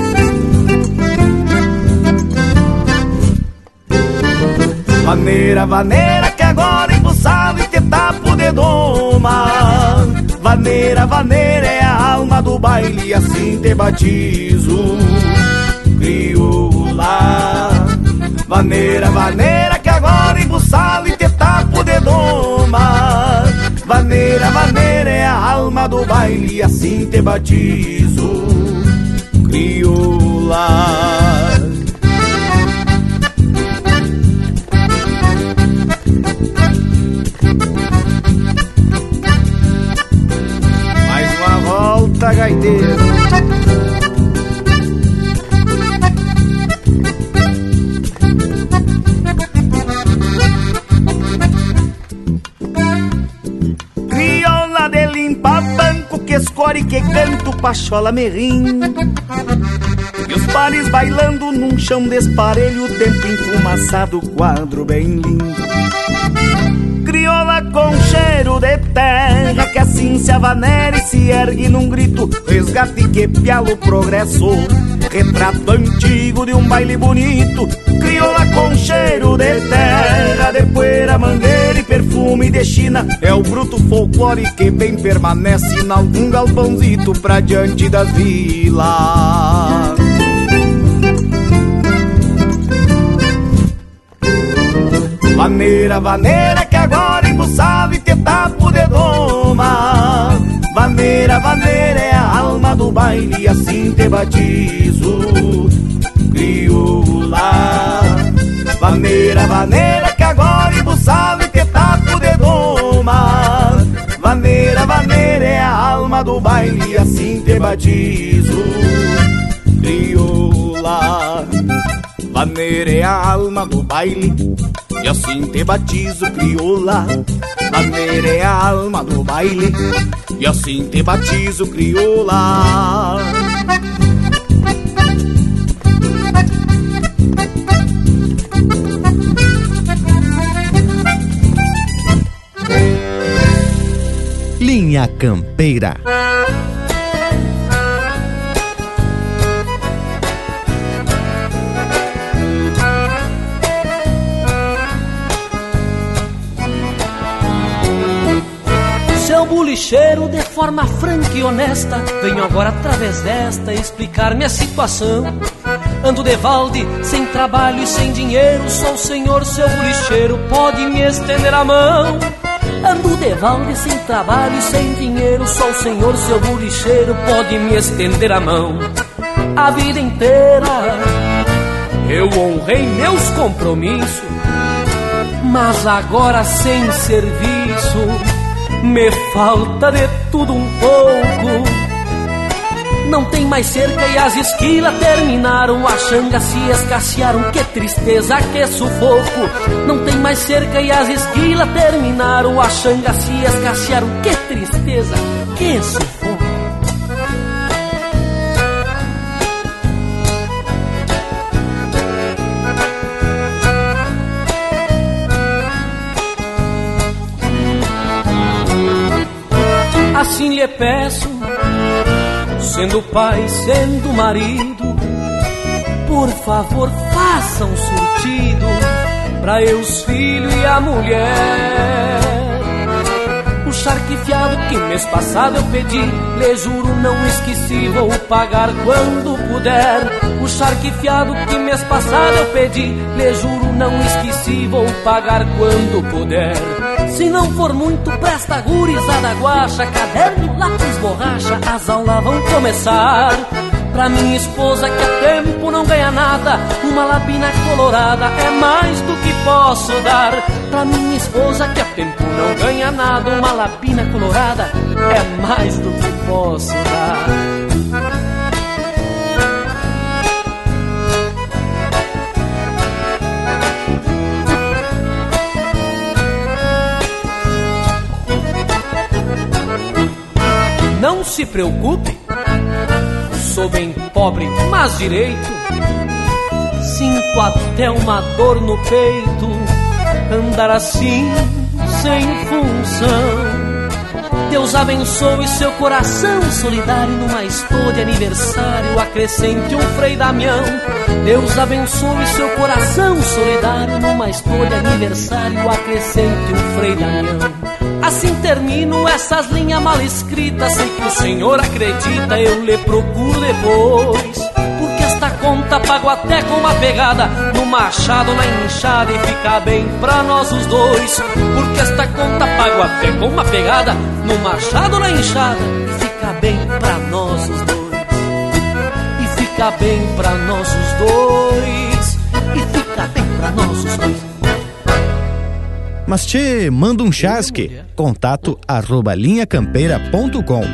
Vaneira, vaneira, que agora embuçado e te tapo de doma. Vaneira, vaneira, é a alma do baile e assim te batizo, crioula. Vaneira, vaneira, que agora embuçado e te tapo de doma. Vaneira, vaneira, é a alma do baile e assim te batizo, crioula. Volta, gaiteiro. Crioula de limpa banco, que escore, que canto, pachola me rindo, e os pares bailando num chão desparelho, tempo enfumaçado, quadro bem lindo. Crioula com cheiro de terra, que assim se avanera e se ergue num grito, resgate que piala o progresso, retrato antigo de um baile bonito. Crioula com cheiro de terra, de poeira, mangueira e perfume de China, é o bruto folclore que bem permanece em algum galpãozito pra diante das vilas. Vaneira, vaneira, que agora embuçado e te tapo de doma. Vaneira, vaneira, é a alma do baile e assim te batizo, crioula. Vaneira, vaneira, que agora embuçado e te tapo de doma. Vaneira, vaneira, é a alma do baile e assim te batizo, crioula. Vaneira é a alma do baile e assim te batizo, crioula. Vaneira é a alma do baile e assim te batizo, crioula. Linha Campeira. Seu bulicheiro, de forma franca e honesta, venho agora através desta explicar minha situação. Ando de balde, sem trabalho e sem dinheiro, só o senhor, seu bolicheiro, pode me estender a mão. Ando de balde, sem trabalho e sem dinheiro, só o senhor, seu bolicheiro, pode me estender a mão. A vida inteira eu honrei meus compromissos, mas agora sem serviço me falta de tudo um pouco. Não tem mais cerca e as esquilas terminaram, as xangas se escassearam, que tristeza, que sufoco. Não tem mais cerca e as esquilas terminaram, as xangas se escassearam, que tristeza, que sufoco. Assim lhe peço, sendo pai, sendo marido, por favor faça um surtido pra eu, os filhos e a mulher. O charque fiado que mês passado eu pedi, lhe juro não esqueci, vou pagar quando puder. O charque fiado que mês passado eu pedi, lhe juro não esqueci, vou pagar quando puder. Se não for muito, presta gurizada guacha, caderno, lápis, borracha, as aulas vão começar. Pra minha esposa que há tempo não ganha nada, uma lapina colorada é mais do que posso dar. Pra minha esposa que há tempo não ganha nada, uma lapina colorada é mais do que posso dar. Não se preocupe, sou bem pobre, mas direito. Sinto até uma dor no peito, andar assim, sem função. Deus abençoe seu coração solidário, numa estou de aniversário, acrescente um Frei Damião. Deus abençoe seu coração solidário, numa estou de aniversário, acrescente um Frei Damião. Assim termino essas linhas mal escritas, sei que o senhor acredita, eu lhe procuro depois. Porque esta conta pago até com uma pegada, no machado, na enxada, e fica bem pra nós os dois. Porque esta conta pago até com uma pegada, no machado, na enxada, e fica bem pra nós os dois. E fica bem pra nós os dois. E fica bem pra nós os dois. Mas te manda um chasque, contato arroba linha campeira ponto com.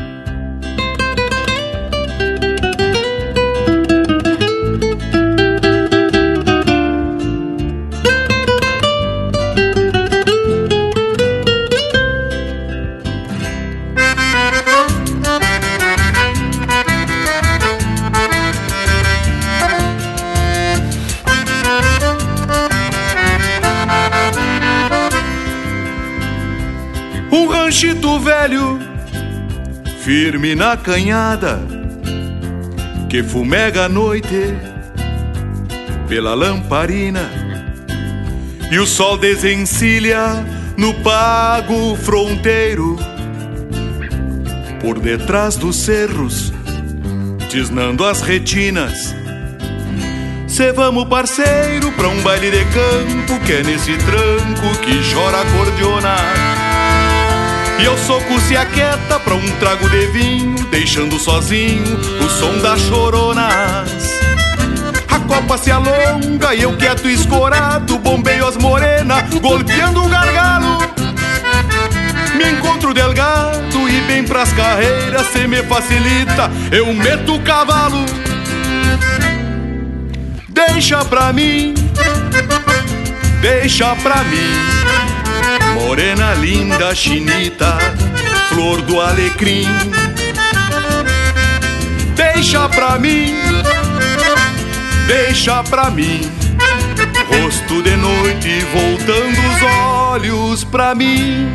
Ranchito velho, firme na canhada, que fumega a noite pela lamparina, e o sol desencilha no pago fronteiro, por detrás dos cerros, tisnando as retinas. Cê vamos, parceiro, pra um baile de campo, que é nesse tranco que chora acordeona. E eu soco se aquieta pra um trago de vinho, deixando sozinho o som das choronas. A copa se alonga e eu quieto escorado, bombeio as morenas, golpeando o gargalo. Me encontro delgado e bem pras carreiras, cê me facilita, eu meto o cavalo. Deixa pra mim, deixa pra mim, morena linda, chinita, flor do alecrim. Deixa pra mim, deixa pra mim, rosto de noite voltando os olhos pra mim.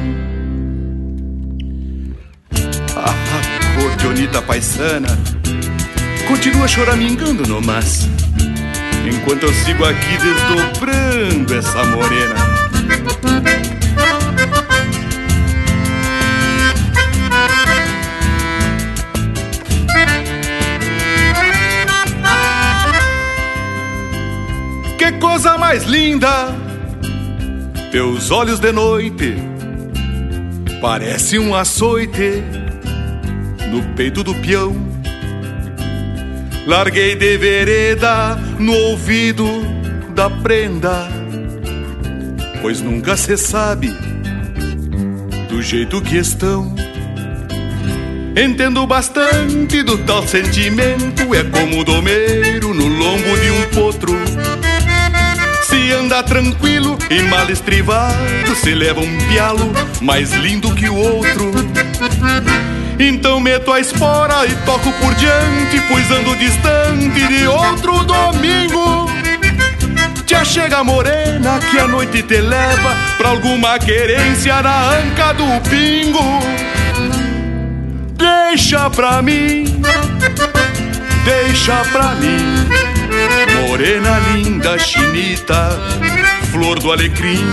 Ah, acordeonita paisana, continua choramingando no mas, enquanto eu sigo aqui desdobrando essa morena. coisa mais linda! Teus olhos de noite parece um açoite no peito do peão. Larguei de vereda no ouvido da prenda, pois nunca se sabe do jeito que estão. Entendo bastante do tal sentimento, é como o domeiro no lombo de um potro. Se anda tranquilo e mal estrivado, se leva um pialo mais lindo que o outro. Então meto a espora e toco por diante, pois ando distante de outro domingo. Te chega morena que a noite te leva pra alguma querência na anca do pingo. Deixa pra mim, deixa pra mim, morena linda, chinita, flor do alecrim.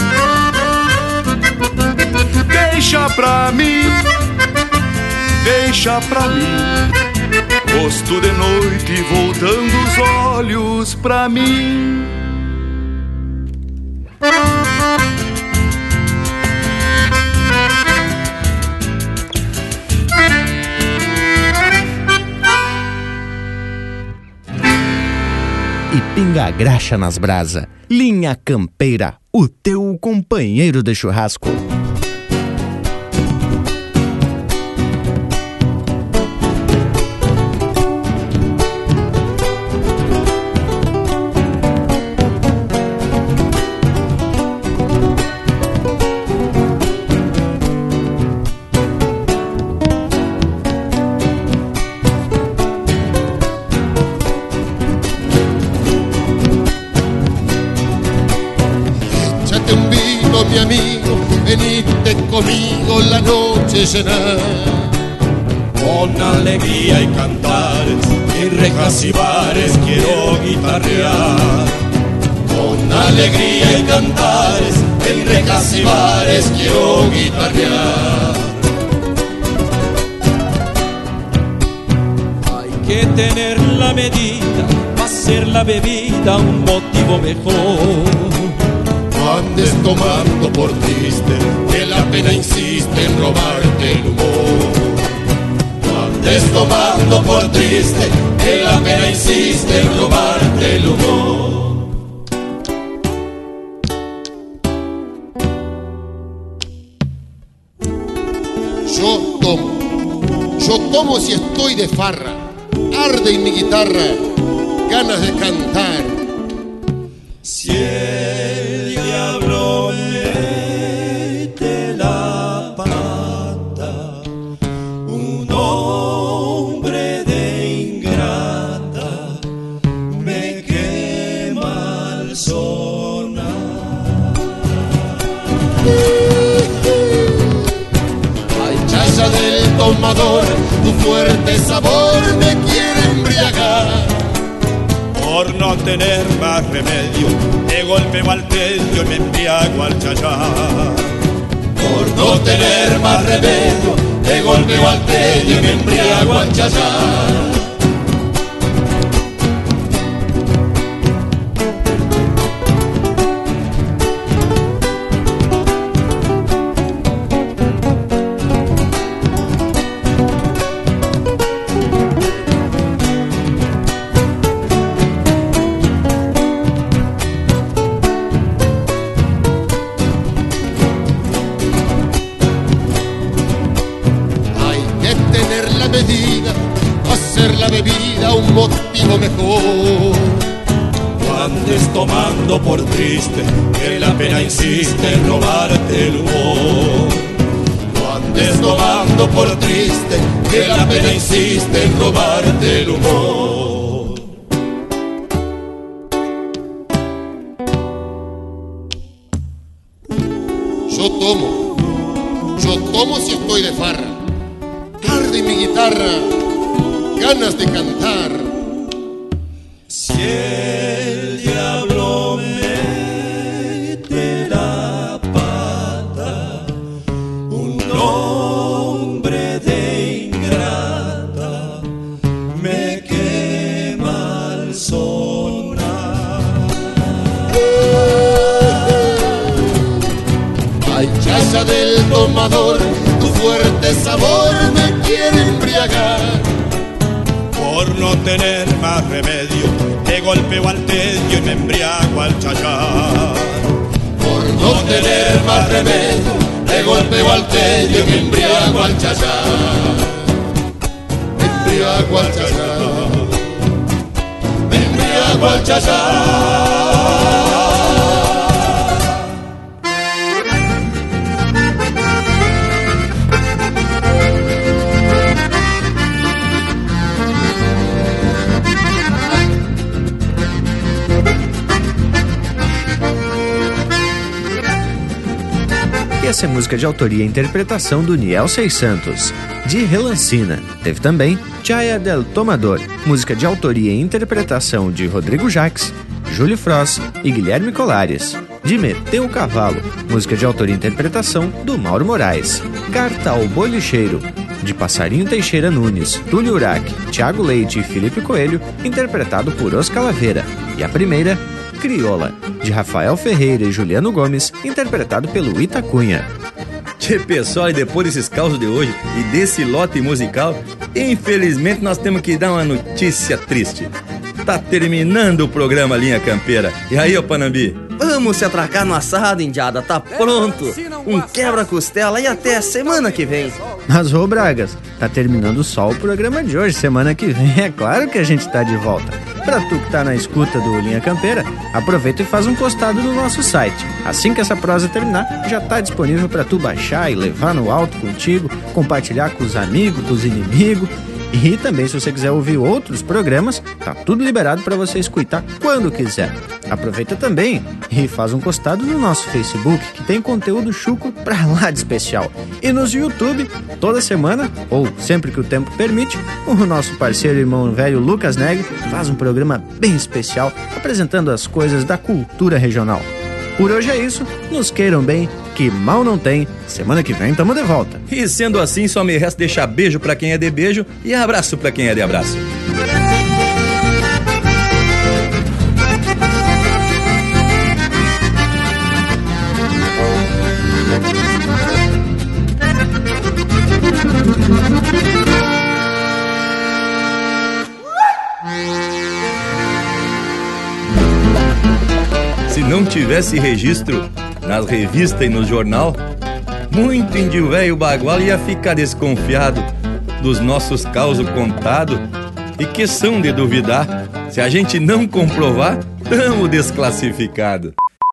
Deixa pra mim, deixa pra mim, rosto de noite voltando os olhos pra mim. E pinga a graxa nas brasa. Linha Campeira, o teu companheiro de churrasco. Mi amigo, venite conmigo la noche llena. Con alegría y cantares, en rejas y bares quiero guitarrear. Con alegría y cantares, en rejas y bares quiero guitarrear. Hay que tener la medida, para hacer la bebida un motivo mejor. No andes tomando por triste, que la pena insiste en robarte el humor. No andes tomando por triste, que la pena insiste en robarte el humor. Yo tomo, yo tomo si estoy de farra, arde en mi guitarra, ganas de cantar. Si el diablo mete la pata, un hombre de ingrata me quema al sonar. Ay, chacha del tomador, tu fuerte sabor me quiere embriagar. Por no tener más remedio, de golpeo al tedio y me embriago al chayar. Por no tener más remedio, de golpeo al tedio y me embriago al chayar. La bebida un motivo mejor. No andes tomando por triste, que la pena insiste en robarte el humor. No andes tomando por triste, que la pena insiste en robarte el humor. Yo tomo, yo tomo si estoy de farra, arde mi guitarra, ganas de cantar. Si el diablo mete la pata, un hombre de ingrata me quema al sonar. cabeza del domador, tu fuerte sabor me quiere embriagar. Por no tener más remedio, te golpeo al tedio y me embriago al chayar. Por no tener más remedio, te golpeo al tedio y me embriago al chayar. Me embriago al chayar. Me embriago al chayar. Essa é música de autoria e interpretação do Niel Seis Santos, de Relancina. Teve também Chaya del Tomador, música de autoria e interpretação de Rodrigo Jacques, Júlio Fross e Guilherme Colares. De Meteu o Cavalo, música de autoria e interpretação do Mauro Moraes. Carta ao Bolicheiro, de Passarinho Teixeira Nunes, Túlio Urac, Thiago Leite e Felipe Coelho, interpretado por Os Calaveira. E a primeira, Crioula, de Rafael Ferreira e Juliano Gomes, interpretado pelo Itacunha. Tchê, pessoal, e depois desses causos de hoje e desse lote musical, infelizmente nós temos que dar uma notícia triste. Tá terminando o programa Linha Campeira. E aí, ô Panambi? Vamos se atracar no assado, indiada, tá pronto. Um quebra-costela e até semana que vem. Mas, ô Bragas, tá terminando só o programa de hoje. Semana que vem é claro que a gente tá de volta. Pra tu que tá na escuta do Linha Campeira, aproveita e faz um postado no nosso site. Assim que essa prosa terminar, já tá disponível pra tu baixar e levar no alto contigo, compartilhar com os amigos, com os inimigos. E também, se você quiser ouvir outros programas, tá tudo liberado para você escutar quando quiser. Aproveita também e faz um postado no nosso Facebook, que tem conteúdo chucro pra lá de especial. E nos YouTube, toda semana, ou sempre que o tempo permite, o nosso parceiro e irmão velho Lucas Negri faz um programa bem especial, apresentando as coisas da cultura regional. Por hoje é isso, nos queiram bem, que mal não tem. Semana que vem tamo de volta. E sendo assim, só me resta deixar beijo pra quem é de beijo e abraço pra quem é de abraço. Se não tivesse registro nas revistas e no jornal, muito índio velho bagual ia ficar desconfiado dos nossos causos contados e que são de duvidar. Se a gente não comprovar, tamo desclassificado.